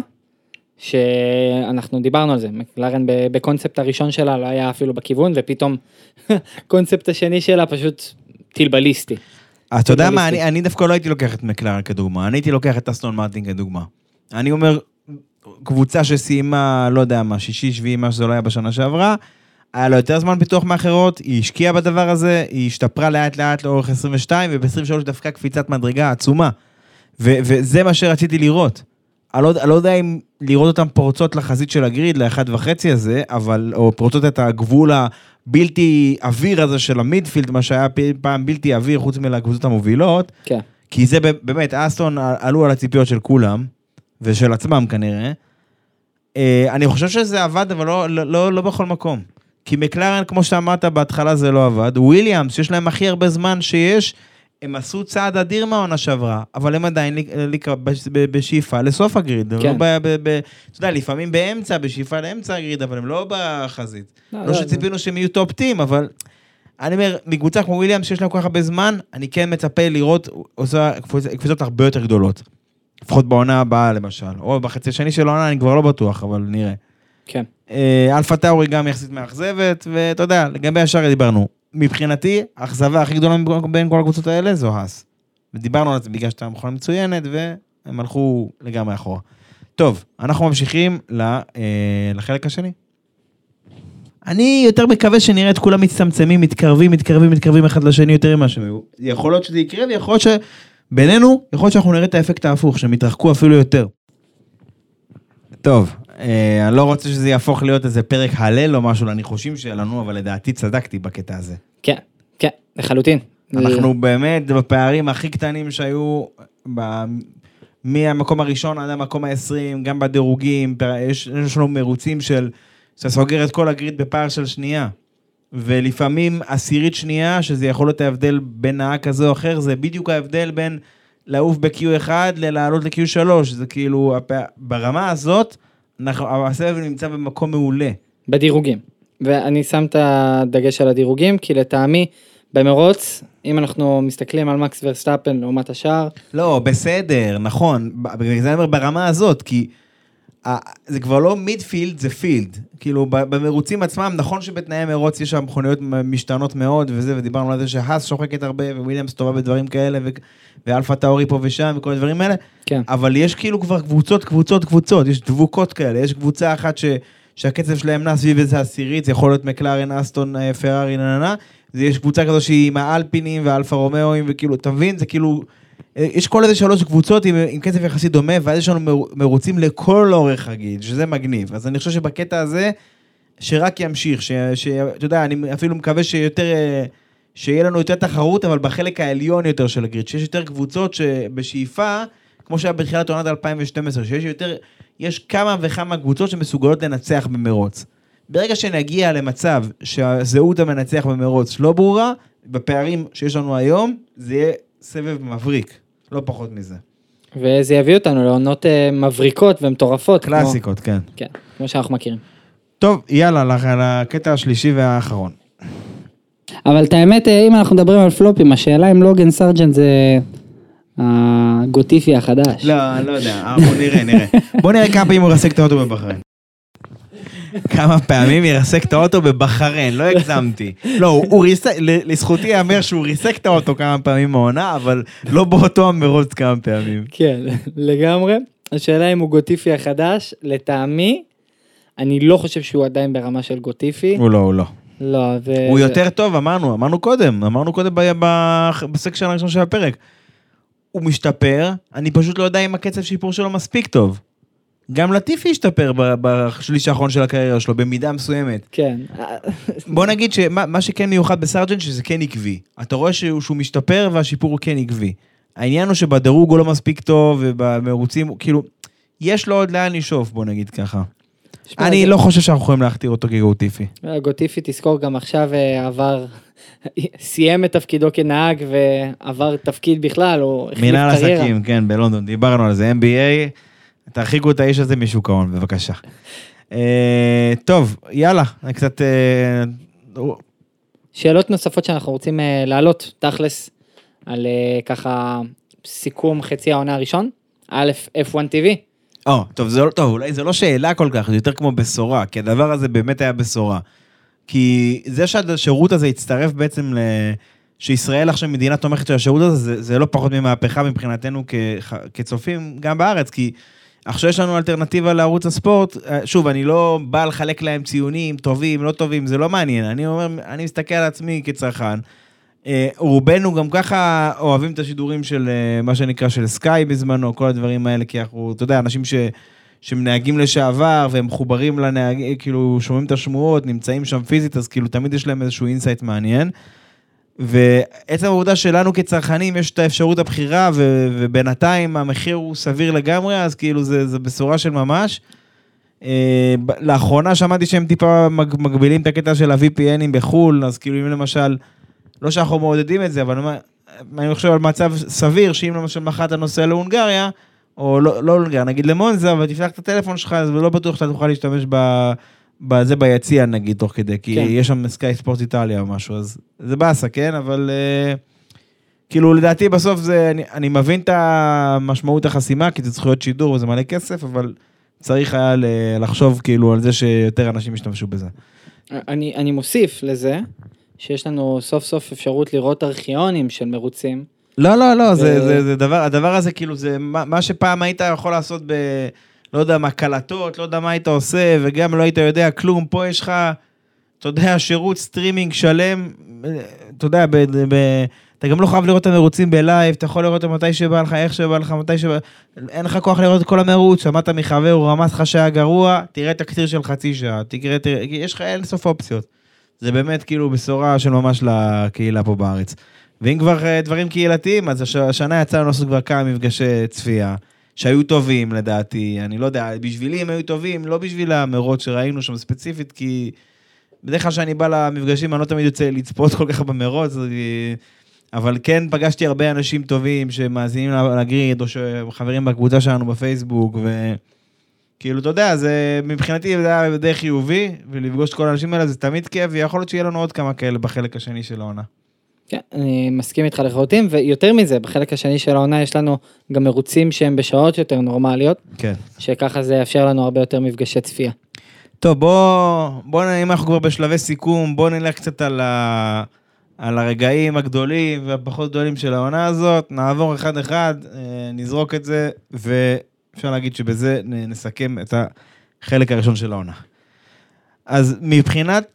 שאנחנו דיברנו על זה, מקלרן בקונספט הראשון שלה לא היה אפילו בכיוון, ופתאום קונספט השני שלה פשוט טיל בליסטי. אתה יודע מה, אני, אני דווקא לא הייתי לוקח את מקלרן כדוגמה, אני הייתי לוקח את אסטון מרטין כדוגמה. אני אומר, קבוצה שסיימה, לא יודע מה, שישי, שביעי, מה שזה לא היה בשנה שעברה, היה לו יותר זמן פיתוח מאחרות, היא השקיעה בדבר הזה, היא השתפרה לאט לאט לאורך עשרים ושתיים, וב-עשרים ושלוש דווקא קפיצת מדרגה עצומה. ו- וזה מה שרציתי לראות. אני לא, אני לא יודע אם לראות אותם פורצות לחזית של הגריד, לאחד וחצי הזה, אבל, או פורצות את הגבול הבלתי אוויר הזה של המידפילד, מה שהיה פעם בלתי אוויר, חוץ מלקבוצות המובילות, כן. כי זה באמת, אסטון עלו על הציפיות של כולם, ושל עצמם כנראה. אני חושב שזה עבד, אבל לא, לא, לא בכל מקום. כי מקלרן, כמו שאמרת, בהתחלה זה לא עבד. וויליאמס, שיש להם הכי הרבה זמן שיש, הם עשו צעד אדיר מהעונה שעברה, אבל הם עדיין בשאיפה לסוף הגריד. כן. לא ב, ב, ב, אתה יודע, לפעמים באמצע, בשאיפה לאמצע הגריד, אבל הם לא בחזית. לא, לא שציפינו שהם יהיו טופ-טים, אבל אני אומר, מקבוצה כמו וויליאמס, שיש להם כל כך הרבה זמן, אני כן מצפה לראות עושה קבוצות הרבה יותר גדולות. לפחות בעונה הבאה, למשל. או בחצי השני של העונה, אני כבר לא בטוח, אבל נראה. כן. אלפה טאורי גם יחסית מאכזבת, ואתה יודע, לגבי השאר דיברנו. מבחינתי, האכזבה הכי גדולה בין כל הקבוצות האלה, זו האס. ודיברנו על זה בגלל שאתה מכונה מצוינת, והם הלכו לגמרי אחורה. טוב, אנחנו ממשיכים לחלק השני. אני יותר מקווה שנראה את כולם מצטמצמים, מתקרבים, מתקרבים, מתקרבים אחד לשני יותר ממה שהם היו. יכול להיות שזה יקרה, ויכול להיות שבינינו, יכול להיות שאנחנו נראה את האפקט ההפוך, שהם יתרחקו אפילו יותר. טוב, אה, אני לא רוצה שזה יהפוך להיות איזה פרק הלל או משהו לניחושים שלנו, אבל לדעתי צדקתי בקטע הזה. כן, כן, לחלוטין. אנחנו באמת בפערים הכי קטנים שהיו, ב... מהמקום הראשון עד המקום ה-עשרים, גם בדירוגים, יש, יש לנו מרוצים של, שסוגר את כל הגריד בפער של שנייה, ולפעמים עשירית שנייה, שזה יכול להיות ההבדל בין נהג כזה או אחר, זה בדיוק ההבדל בין לעוף ב-קיו אחד ללעלות ל-קיו שלוש, זה כאילו, ברמה הזאת, אנחנו, הסבב נמצא במקום מעולה. בדירוגים. ואני שם את הדגש על הדירוגים, כי לטעמי, במרוץ, אם אנחנו מסתכלים על מקס ורסטאפן לעומת השאר... לא, בסדר, נכון. זה אומר ברמה הזאת, כי זה כבר לא מידפילד, זה פילד. כאילו, במרוצים עצמם, נכון שבתנאי מרוץ יש שם מכוניות משתנות מאוד, וזה, ודיברנו על זה שהאס שוחקת הרבה, וויליאמס טובה בדברים כאלה, ואלפה טאורי פה ושם, וכל הדברים האלה. כן. אבל יש כאילו כבר קבוצות, קבוצות, קבוצות, יש דבוקות כאלה, יש קבוצה אחת ש... שהקצב שלהם נע סביב איזה עשירית, זה יכול להיות מקלרן, אסטון, פרארי, נננה, יש קבוצה כזו שהיא עם האלפינים והאלפה רומאוים, וכאילו, אתה מבין, זה כאילו, יש כל איזה שלוש קבוצות עם, עם קצב יחסי דומה, ואז יש לנו מרוצים לכל אורך הגיד, שזה מגניב. אז אני חושב שבקטע הזה, שרק ימשיך, שאתה יודע, אני אפילו מקווה שיותר, שיהיה לנו יותר תחרות, אבל בחלק העליון יותר של הגריד, שיש יותר קבוצות שבשאיפה, כמו שהיה בתחילת עונת אלפיים ושתים עשרה, שיש יותר, יש כמה וכמה קבוצות שמסוגלות לנצח במרוץ. ברגע שנגיע למצב שהזהות המנצח במרוץ לא ברורה, בפערים שיש לנו היום, זה יהיה סבב מבריק, לא פחות מזה. וזה יביא אותנו לעונות מבריקות ומטורפות. קלאסיקות, כמו... כן. כן, כמו שאנחנו מכירים. טוב, יאללה, לקטע השלישי והאחרון. אבל את האמת, אם אנחנו מדברים על פלופים, השאלה אם לוגן סרג'נט זה הגוטיפי החדש. לא, אני לא יודע, בוא נראה, נראה. בוא נראה כמה פעמים הוא ירסק את האוטו בבחריין. כמה פעמים ירסק את האוטו בבחריין, לא הגזמתי. לא, הוא ריסק, לזכותי יאמר שהוא ריסק את האוטו כמה פעמים מהעונה, אבל לא באותו המרוץ כמה פעמים. כן, לגמרי. השאלה אם הוא גוטיפי החדש, לטעמי, אני לא חושב שהוא עדיין ברמה של גוטיפי. הוא לא, הוא לא. לא, ו... הוא יותר טוב, אמרנו, אמרנו קודם, אמרנו קודם בסקשן הראשון של הפרק. הוא משתפר, אני פשוט לא יודע אם הקצב שיפור שלו מספיק טוב. גם לטיפי השתפר בשליש האחרון של הקריירה שלו, במידה מסוימת. כן. בוא נגיד שמה שכן מיוחד בסרג'נט, שזה כן עקבי. אתה רואה שהוא, שהוא משתפר והשיפור הוא כן עקבי. העניין הוא שבדירוג הוא לא מספיק טוב, ובמרוצים, כאילו, יש לו עוד לאן לשאוף, בוא נגיד ככה. אני לא חושב שאנחנו יכולים להכתיר אותו כגוטיפי. גוטיפי, תזכור, גם עכשיו עבר, סיים את תפקידו כנהג, ועבר תפקיד בכלל, הוא החליף קריירה. מנהל עסקים, כן, בלונדון, דיברנו על זה, אם בי איי, תרחיקו את האיש הזה משוק ההון, בבקשה. טוב, יאללה, אני קצת... שאלות נוספות שאנחנו רוצים להעלות, תכלס, על ככה סיכום חצי העונה הראשון, א', אף וואן טי וי. או, טוב, זה לא, טוב, אולי זה לא שאלה כל כך, זה יותר כמו בשורה, כי הדבר הזה באמת היה בשורה. כי זה שהשירות הזה הצטרף בעצם ל... שישראל עכשיו מדינה תומכת של השירות הזה, זה, זה לא פחות ממהפכה מבחינתנו כ... כצופים גם בארץ, כי עכשיו יש לנו אלטרנטיבה לערוץ הספורט, שוב, אני לא בא לחלק להם ציונים, טובים, לא טובים, זה לא מעניין, אני אומר, אני מסתכל על עצמי כצרכן, רובנו גם ככה אוהבים את השידורים של מה שנקרא של סקאי בזמנו, כל הדברים האלה, כי אנחנו, אתה יודע, אנשים ש, שמנהגים לשעבר, והם מחוברים לנהגים, כאילו שומעים את השמועות, נמצאים שם פיזית, אז כאילו תמיד יש להם איזשהו אינסייט מעניין, ועצם העובדה שלנו כצרכנים יש את האפשרות הבחירה, ו, ובינתיים המחיר הוא סביר לגמרי, אז כאילו זה, זה בשורה של ממש. לאחרונה שמעתי שהם טיפה מגבילים את הקטע של ה-וי פי אנים בחול, אז כאילו אם למשל, לא שאנחנו מעודדים את זה, אבל אני חושב על מצב סביר, שאם למשל מחר אתה נוסע להונגריה, או לא, לא להונגריה, נגיד למונזה, ותפתח את הטלפון שלך, אז לא בטוח שאתה תוכל להשתמש בזה ביציע, נגיד, תוך כדי, כי כן. יש שם סקאי ספורט איטליה או משהו, אז זה באסה, כן? אבל כאילו, לדעתי בסוף זה, אני, אני מבין את המשמעות החסימה, כי זה זכויות שידור וזה מלא כסף, אבל צריך היה לחשוב כאילו על זה שיותר אנשים ישתמשו בזה. אני, אני מוסיף לזה, שיש לנו סוף סוף אפשרות לראות ארכיונים של מרוצים. לא, לא, לא, ו... זה, זה, זה דבר, הדבר הזה כאילו זה מה, מה שפעם היית יכול לעשות ב, לא יודע מה, קלטות, לא יודע מה היית עושה, וגם לא היית יודע כלום, פה יש לך, אתה יודע, שירות סטרימינג שלם, אתה יודע, ב, ב, אתה גם לא חייב לראות את המרוצים בלייב, אתה יכול לראות מתי שבא לך, איך שבא לך, מתי שבא, אין לך כוח לראות את כל המרוץ, שמעת מחבר, הוא רמז לך שהיה גרוע, תראה את הקטיר של חצי שעה, תראה, תראה, יש לך אין סוף אופציות. זה באמת כאילו בשורה של ממש לקהילה פה בארץ. ואם כבר דברים קהילתיים, אז השנה יצא לנו לעשות כבר כמה מפגשי צפייה, שהיו טובים לדעתי, אני לא יודע, בשבילי הם היו טובים, לא בשביל המרוץ שראינו שם ספציפית, כי בדרך כלל שאני בא למפגשים, אני לא תמיד יוצא לצפות כל כך במרוץ, אבל כן פגשתי הרבה אנשים טובים שמאזינים לגריד, או שחברים בקבוצה שלנו בפייסבוק, וכאילו, אתה יודע, זה מבחינתי זה היה די חיובי, ולפגוש את כל האנשים האלה זה תמיד כיף, ויכול להיות שיהיה לנו עוד כמה כאלה בחלק השני של העונה. כן, אני מסכים איתך לחלוטין, ויותר מזה, בחלק השני של העונה יש לנו גם מרוצים שהם בשעות יותר נורמליות, כן. שככה זה יאפשר לנו הרבה יותר מפגשי צפייה. טוב, בוא, בוא, אם אנחנו כבר בשלבי סיכום, בוא נלך קצת על ה... על הרגעים הגדולים והפחות גדולים של העונה הזאת, נעבור אחד אחד, נזרוק את זה, ואפשר להגיד שבזה נסכם את החלק הראשון של העונה. אז מבחינת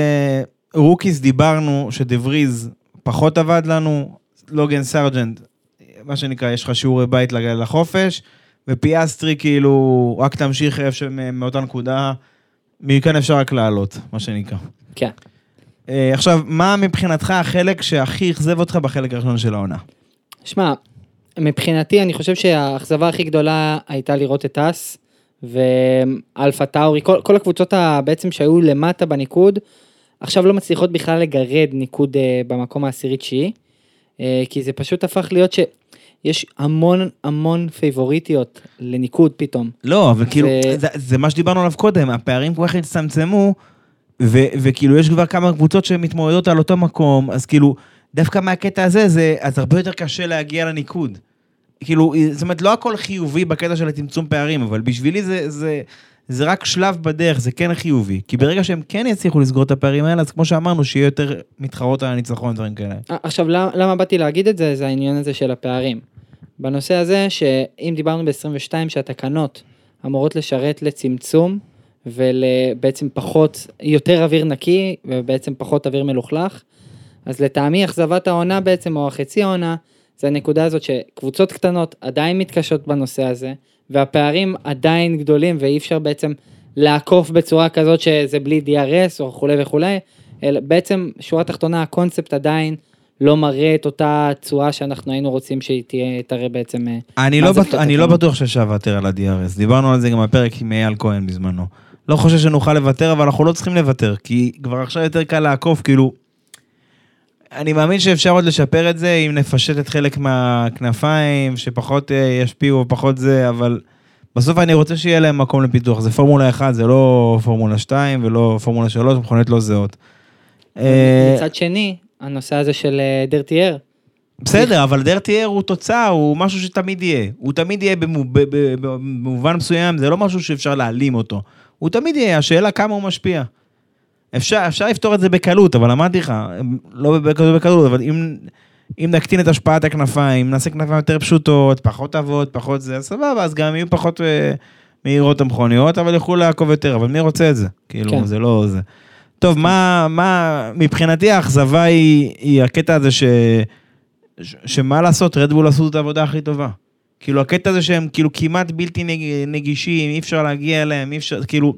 רוקיס דיברנו שדבריז פחות עבד לנו, לוגן סרג'נט, מה שנקרא, יש לך שיעורי בית לחופש, ופיאסטרי כאילו רק תמשיך מאותה נקודה, מכאן אפשר רק לעלות, מה שנקרא. כן. עכשיו, מה מבחינתך החלק שהכי אכזב אותך בחלק הראשון של העונה? שמע, מבחינתי אני חושב שהאכזבה הכי גדולה הייתה לראות את אס, ואלפה טאורי, כל, כל הקבוצות בעצם שהיו למטה בניקוד, עכשיו לא מצליחות בכלל לגרד ניקוד במקום העשירי תשיעי, כי זה פשוט הפך להיות שיש המון המון פייבוריטיות לניקוד פתאום. לא, אבל כאילו, זה, זה מה שדיברנו עליו קודם, הפערים כל כך הצטמצמו, ו- וכאילו יש כבר כמה קבוצות שמתמודדות על אותו מקום, אז כאילו, דווקא מהקטע הזה, זה, אז הרבה יותר קשה להגיע לניקוד. כאילו, זאת אומרת, לא הכל חיובי בקטע של הצמצום פערים, אבל בשבילי זה, זה, זה רק שלב בדרך, זה כן חיובי. כי ברגע שהם כן יצליחו לסגור את הפערים האלה, אז כמו שאמרנו, שיהיה יותר מתחרות על הניצחון, דברים כאלה. עכשיו, למה, למה באתי להגיד את זה? זה העניין הזה של הפערים. בנושא הזה, שאם דיברנו ב-עשרים ושתיים, שהתקנות אמורות לשרת לצמצום, ובעצם פחות, יותר אוויר נקי, ובעצם פחות אוויר מלוכלך, אז לטעמי, אכזבת העונה בעצם, או החצי העונה, זה הנקודה הזאת שקבוצות קטנות עדיין מתקשות בנושא הזה, והפערים עדיין גדולים, ואי אפשר בעצם לעקוף בצורה כזאת שזה בלי די אר אס או וכו' וכו', אלא בעצם שורה תחתונה, הקונספט עדיין לא מראה את אותה צורה שאנחנו היינו רוצים שהיא תהיה, תראה בעצם... אני לא, בטוח, אני לא בטוח ששווותר על ה-די אר אס, דיברנו על זה גם בפרק עם אייל כהן בזמנו. לא חושב שנוכל לוותר, אבל אנחנו לא צריכים לוותר, כי כבר עכשיו יותר קל לעקוף, כאילו... אני מאמין שאפשר עוד לשפר את זה, אם נפשט את חלק מהכנפיים, שפחות ישפיעו, פחות זה, אבל בסוף אני רוצה שיהיה להם מקום לפיתוח. זה פורמולה אחת, זה לא פורמולה שתיים, ולא פורמולה שלוש, מכונות לא זהות. מצד שני, הנושא הזה של דרטי אר. בסדר, אבל דרטי אר הוא תוצאה, הוא משהו שתמיד יהיה. הוא תמיד יהיה במובן מסוים, זה לא משהו שאפשר להעלים אותו. הוא תמיד יהיה, השאלה כמה הוא משפיע. אפשר, אפשר לפתור את זה בקלות, אבל אמרתי לך, לא בקלות, אבל אם, אם נקטין את השפעת הכנפיים, נעשה כנפיים יותר פשוטות, פחות אבות, פחות זה, סבבה, אז גם יהיו פחות אה, מהירות המכוניות, אבל יוכלו לעקוב יותר, אבל מי רוצה את זה? כאילו, כן. זה לא זה. טוב, מה, מה, מבחינתי האכזבה היא, היא הקטע הזה ש, ש, שמה לעשות, רדבול עשו את העבודה הכי טובה. כאילו, הקטע הזה שהם כאילו כמעט בלתי נגישים, אי אפשר להגיע אליהם, אי אפשר, כאילו,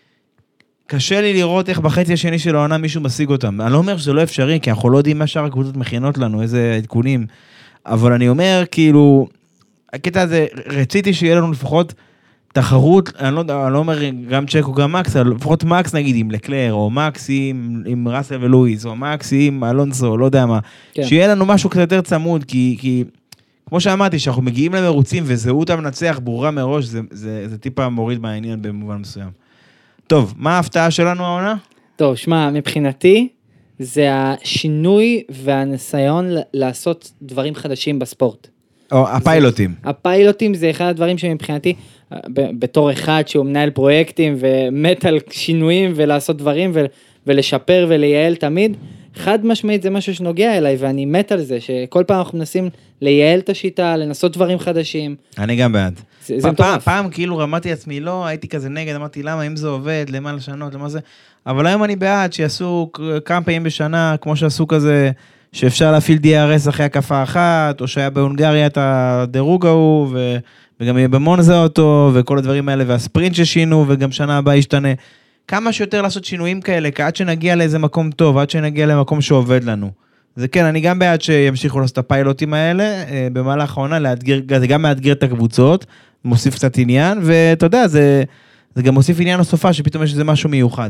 קשה לי לראות איך בחצי השני של העונה מישהו משיג אותם. אני לא אומר שזה לא אפשרי, כי אנחנו לא יודעים מה שאר הקבוצות מכינות לנו, איזה עדכונים. אבל אני אומר, כאילו, הקטע הזה, רציתי שיהיה לנו לפחות תחרות, אני לא, אני לא אומר גם צ'ק או גם מקס, אבל לפחות מקס נגיד עם לקלר, או מקס עם, עם ראסל ולואיס, או מקס עם אלונסו, לא יודע מה. כן. שיהיה לנו משהו קצת יותר צמוד, כי, כי כמו שאמרתי, שאנחנו מגיעים למרוצים, וזהות המנצח ברורה מראש, זה, זה, זה טיפה מוריד מהעניין במובן מסוים. טוב, מה ההפתעה שלנו העונה? טוב, שמע, מבחינתי, זה השינוי והניסיון לעשות דברים חדשים בספורט. או, הפיילוטים. זה, הפיילוטים זה אחד הדברים שמבחינתי, בתור אחד שהוא מנהל פרויקטים ומת על שינויים ולעשות דברים ו, ולשפר ולייעל תמיד, חד משמעית זה משהו שנוגע אליי, ואני מת על זה, שכל פעם אנחנו מנסים לייעל את השיטה, לנסות דברים חדשים. אני גם בעד. זה, זה פעם, פעם כאילו רמתי עצמי, לא, הייתי כזה נגד, אמרתי, למה, אם זה עובד, למה לשנות, למה זה, אבל היום אני בעד שיעשו כמה פעמים בשנה, כמו שעשו כזה, שאפשר להפעיל די אר אס אחרי הקפה אחת, או שהיה בהונגריה את הדירוג ההוא, ו... וגם יהיה במונזה אותו, וכל הדברים האלה, והספרינט ששינו, וגם שנה הבאה ישתנה. כמה שיותר לעשות שינויים כאלה, עד שנגיע לאיזה מקום טוב, עד שנגיע למקום שעובד לנו. זה כן, אני גם בעד שימשיכו לעשות את הפיילוטים האלה, במהלך העונה, לאתגר, זה גם מאתגר את הקבוצות, מוסיף קצת עניין, ואתה יודע, זה, זה גם מוסיף עניין לסופה, שפתאום יש איזה משהו מיוחד.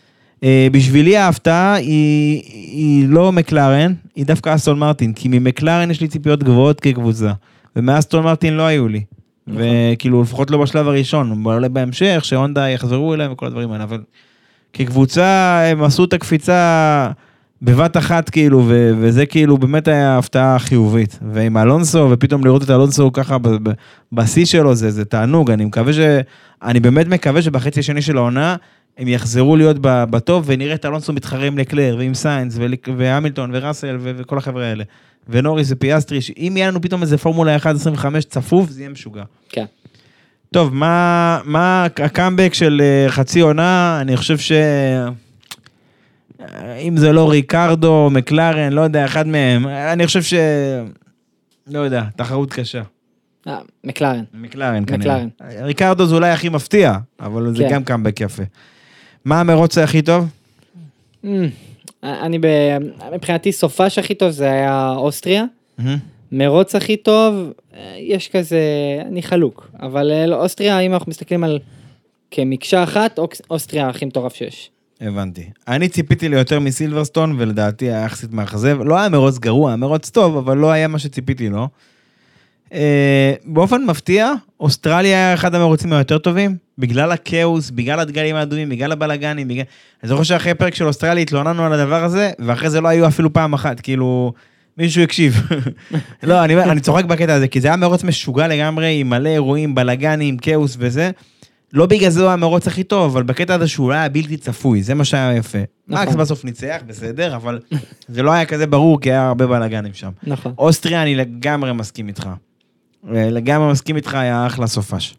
בשבילי ההפתעה היא, היא לא מקלרן, היא דווקא אסטון מרטין, כי ממקלרן יש לי ציפיות גבוהות כקבוצה, ומאסטון מרטין לא היו לי. וכאילו, לפחות לא בשלב הראשון, אולי בהמשך, שהונדה יחזרו אליהם וכל הדברים האלה, אבל כקבוצה, הם עשו את הקפיצה בבת אחת, כאילו, ו- וזה כאילו באמת היה הפתעה חיובית. ועם אלונסו, ופתאום לראות את אלונסו ככה בשיא שלו, זה, זה תענוג. אני מקווה ש... אני באמת מקווה שבחצי השני של העונה, הם יחזרו להיות בטוב, ונראה את אלונסו מתחרים לקלר, ועם סיינס, והמילטון, וראסל, וכל החבר'ה האלה. ונוריס ופיאסטרי, אם יהיה לנו פתאום איזה פורמולה אחת עשרים וחמש צפוף, זה יהיה משוגע. כן. טוב, מה, מה הקאמבק של חצי עונה? אני חושב ש... אם זה לא ריקרדו, מקלרן, לא יודע, אחד מהם, אני חושב ש... לא יודע, תחרות קשה. אה, מקלרן. מקלרן, כנראה. ריקרדו זה אולי הכי מפתיע, אבל זה גם קאמבק יפה. מה המרוץ הכי טוב? אני, מבחינתי סופש הכי טוב זה היה אוסטריה, מרוץ הכי טוב, יש כזה, אני חלוק, אבל אוסטריה, אם אנחנו מסתכלים על כמקשה אחת, אוסטריה הכי מטורף שיש. הבנתי. אני ציפיתי ליותר מסילברסטון, ולדעתי היה יחסית מאכזב. לא היה מרוץ גרוע, היה מרוץ טוב, אבל לא היה מה שציפיתי לו. באופן מפתיע, אוסטרליה היה אחד המרוצים היותר טובים, בגלל הכאוס, בגלל הדגלים האדומים, בגלל הבלגנים, בגלל... אני זוכר שאחרי פרק של אוסטרליה התלוננו על הדבר הזה, ואחרי זה לא היו אפילו פעם אחת, כאילו, מישהו הקשיב. לא, אני, אני צוחק בקטע הזה, כי זה היה מרוץ משוגע לגמרי, עם מלא אירועים, בלגנים, כאוס וזה, לא בגלל זה הוא המרוץ הכי טוב, אבל בקטע הזה שהוא היה בלתי צפוי, זה מה שהיה יפה. נכון. מקס בסוף ניצח, בסדר, אבל זה לא היה כזה ברור, כי היה הרבה בלגנים שם. נכון. אוסטריה, אני לגמרי מסכים איתך. לגמרי מסכים איתך, היה אחלה סופש.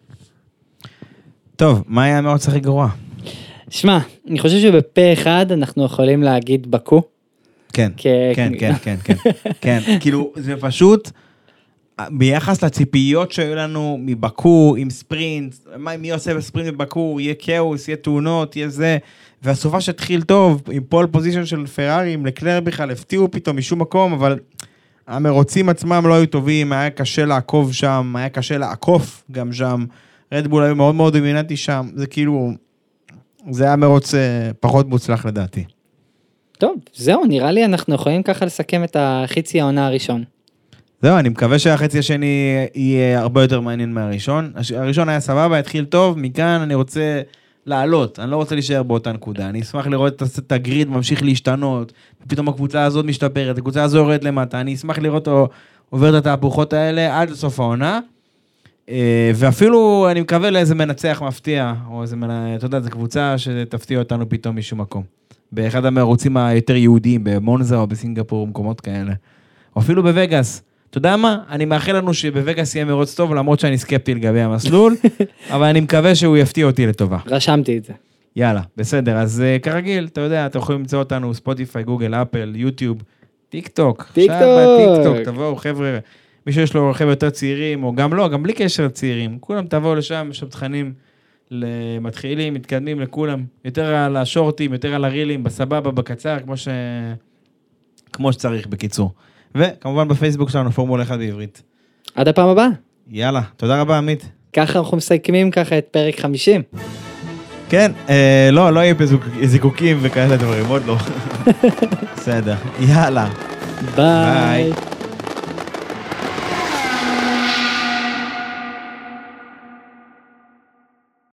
טוב, מה היה המרוץ הכי גרוע? שמע, אני חושב שבפה אחד אנחנו יכולים להגיד בקו. כן, כן, כן, כן, כן, כן, כאילו, זה פשוט, ביחס לציפיות שהיו לנו מבקו, עם ספרינט, מי עושה בספרינט בבקו, יהיה כאוס, יהיה תאונות, יהיה זה, והסופה שהתחיל טוב, עם פול פוזישן של פרארי, עם לקלר בכלל, הפתיעו פתאום משום מקום, אבל המרוצים עצמם לא היו טובים, היה קשה לעקוב שם, היה קשה לעקוף גם שם, רדבול היו מאוד מאוד דומיננטי שם, זה כאילו, זה היה מרוץ פחות מוצלח לדעתי. טוב, זהו, נראה לי אנחנו יכולים ככה לסכם את החצי העונה הראשון. זהו, אני מקווה שהחצי השני יהיה הרבה יותר מעניין מהראשון. הראשון היה סבבה, התחיל טוב, מכאן אני רוצה לעלות, אני לא רוצה להישאר באותה נקודה, אני אשמח לראות את הגריד ממשיך להשתנות, פתאום הקבוצה הזאת משתפרת, הקבוצה הזו יורדת למטה, אני אשמח לראות אותו עובר את התהפוכות האלה עד לסוף העונה, ואפילו אני מקווה לאיזה מנצח מפתיע, או איזה, אתה יודע, זו קבוצה שתפתיע אותנו פתאום משום מקום, באחד המרוצים היותר יהודיים, במונזה או בסינגפור, מקומות כאלה, או אפילו בווגאס. אתה יודע מה? אני מאחל לנו שבווגאס יהיה מרוץ טוב, למרות שאני סקפטי לגבי המסלול, אבל אני מקווה שהוא יפתיע אותי לטובה. רשמתי את זה. יאללה, בסדר. אז uh, כרגיל, אתה יודע, אתם יכולים למצוא אותנו, ספוטיפיי, גוגל, אפל, יוטיוב, טיק טוק. טיק טוק. טיק טוק, תבואו, חבר'ה, מי שיש לו חבר'ה יותר צעירים, או גם לא, גם בלי קשר לצעירים, כולם תבואו לשם, יש שם תכנים למתחילים, מתקדמים לכולם, יותר על השורטים, יותר על הרילים, בסבבה, בקצר, כמו ש... כמו שצריך, בקיצור. וכמובן בפייסבוק שלנו, פורמולה אחד בעברית. עד הפעם הבאה. יאללה, תודה רבה, עמית. ככה אנחנו מסכמים ככה את פרק חמישים. כן, אה, לא, לא יהיה זיקוקים וכאלה דברים, עוד לא. בסדר, יאללה. ביי. ביי.